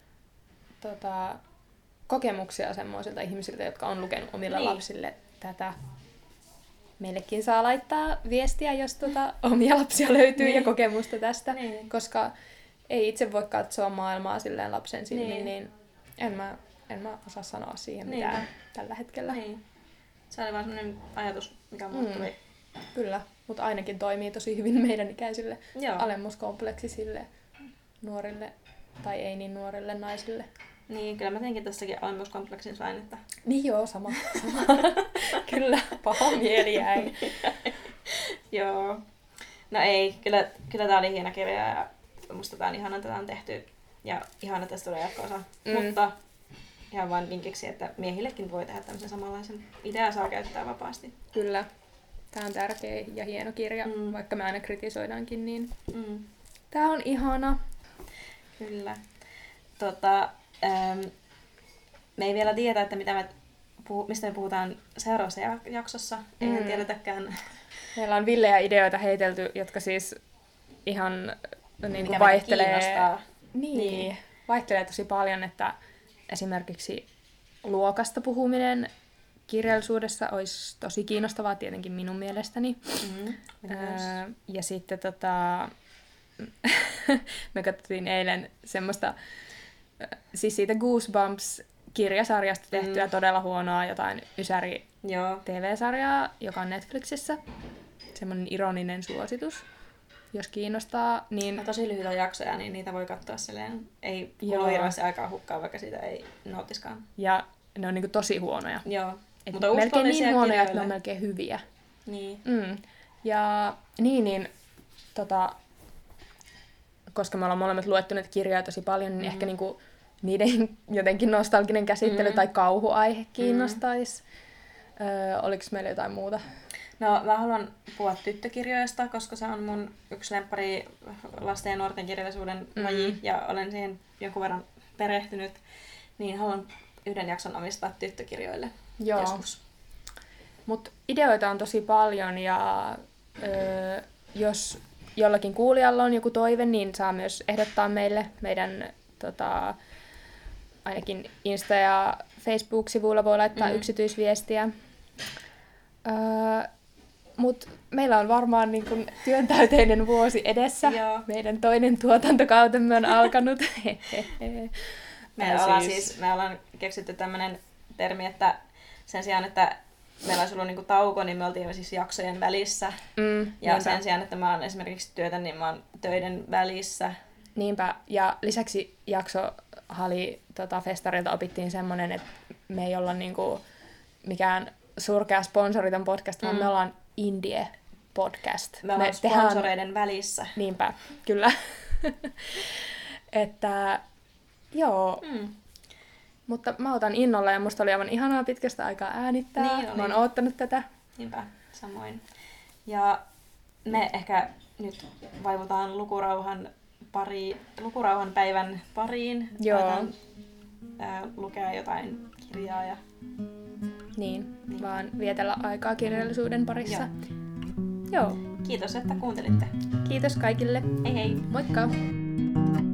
tota, kokemuksia semmoisilta ihmisiltä, jotka on lukenut omille niin. lapsille tätä. Meillekin saa laittaa viestiä, jos tota, omia lapsia löytyy niin. ja kokemusta tästä, niin. koska ei itse voi katsoa maailmaa silleen lapsen silmin, niin, niin en, mä, en mä osaa sanoa siihen niin. mitään tällä hetkellä. Niin. Se oli vaan sellainen ajatus, mikä mulle tuli. Mm. Kyllä, mutta ainakin toimii tosi hyvin meidän ikäisille Joo. alemmuskompleksisille nuorille tai ei niin nuorille naisille. Niin, kyllä mä teinkin tässäkin alemmuuskompleksin sain, että... Niin joo, sama. sama. Kyllä, paha mieli jäi. Joo. No ei, kyllä, kyllä tää oli hieno kirja ja musta tää on ihana, että tää on tehty. Ja ihana, että tästä tulee jatko-osa. Mm. Mutta ihan vain vinkiksi, että miehillekin voi tehdä tämmöisen samanlaisen. Ideaa saa käyttää vapaasti. Kyllä. Tää on tärkeä ja hieno kirja, mm. vaikka me aina kritisoidaankin, niin mm. tää on ihana. Kyllä. Tota, ähm, me ei vielä tiedä, että mitä me puhu, mistä me puhutaan seuraavassa jaksossa. Mm. Eihän tiedetäkään. Meillä on villejä ideoita heitelty, jotka siis ihan niin kuin vaihtelee. Niin, niin, vaihtelee tosi paljon, että esimerkiksi luokasta puhuminen kirjallisuudessa olisi tosi kiinnostavaa tietenkin minun mielestäni. Mm-hmm. Öö, ja sitten tota, me katsottiin eilen semmoista, siis siitä Goosebumps-kirjasarjasta tehtyä mm. todella huonoa jotain Ysäri-T V-sarjaa, joka on Netflixissä. Semmoinen ironinen suositus, jos kiinnostaa. Niin... No, tosi lyhyitä jaksoja, niin niitä voi katsoa silleen. Ei kulu hirveästi aikaa hukkaa, vaikka siitä ei nauttiskaan. Ja ne on niinku tosi huonoja. Joo. Et mutta melkein niin huonoja, kirjoille. Että ne on melkein hyviä. Niin. Mm. Ja niin, niin tota, koska me ollaan molemmat luettu näitä kirjoja tosi paljon, niin mm. ehkä niinku niiden jotenkin nostalginen käsittely mm. tai kauhuaihe kiinnostaisi. Mm. Öö, oliko meillä jotain muuta? No, mä haluan puhua tyttökirjoista, koska se on mun yksi lemppari lasten ja nuorten kirjallisuuden mm. laji, ja olen siihen jonkun verran perehtynyt, niin haluan yhden jakson omistaa tyttökirjoille Joo. joskus. Mut ideoita on tosi paljon, ja öö, jos jollakin kuulijalla on joku toive, niin saa myös ehdottaa meille meidän tota, ainakin Insta- ja Facebook-sivuilla voi laittaa mm. yksityisviestiä. Öö, Mut meillä on varmaan niin kun työntäyteinen vuosi edessä. Joo. Meidän toinen tuotantokautemme on alkanut. me, ollaan siis... Siis, me ollaan keksitty tämmönen termi, että sen sijaan, että meillä olisi ollut niinku tauko, niin me oltiin siis jaksojen välissä. Mm, ja niinpä. Sen sijaan, että mä oon esimerkiksi työtä, niin mä oon töiden välissä. Niinpä. Ja lisäksi jaksohali tota, festarilta opittiin semmonen, että me ei olla niinku mikään surkea sponsoriton podcast, vaan mm. me ollaan indie-podcast. Me ollaan me sponsoreiden tehdään... välissä. Niinpä, kyllä. Että joo. Mm. Mutta mä otan innolla ja musta oli aivan ihanaa pitkästä aikaa äänittää. Niin mä oon oottanut tätä. Niinpä, samoin. Ja me ehkä nyt vaivutaan lukurauhan, pari, lukurauhan päivän pariin. Joo. Aletaan, ää, lukea jotain kirjaa ja... Niin, niin, vaan vietellä aikaa kirjallisuuden parissa. Joo. Joo. Kiitos, että kuuntelitte. Kiitos kaikille. Hei hei. Moikka!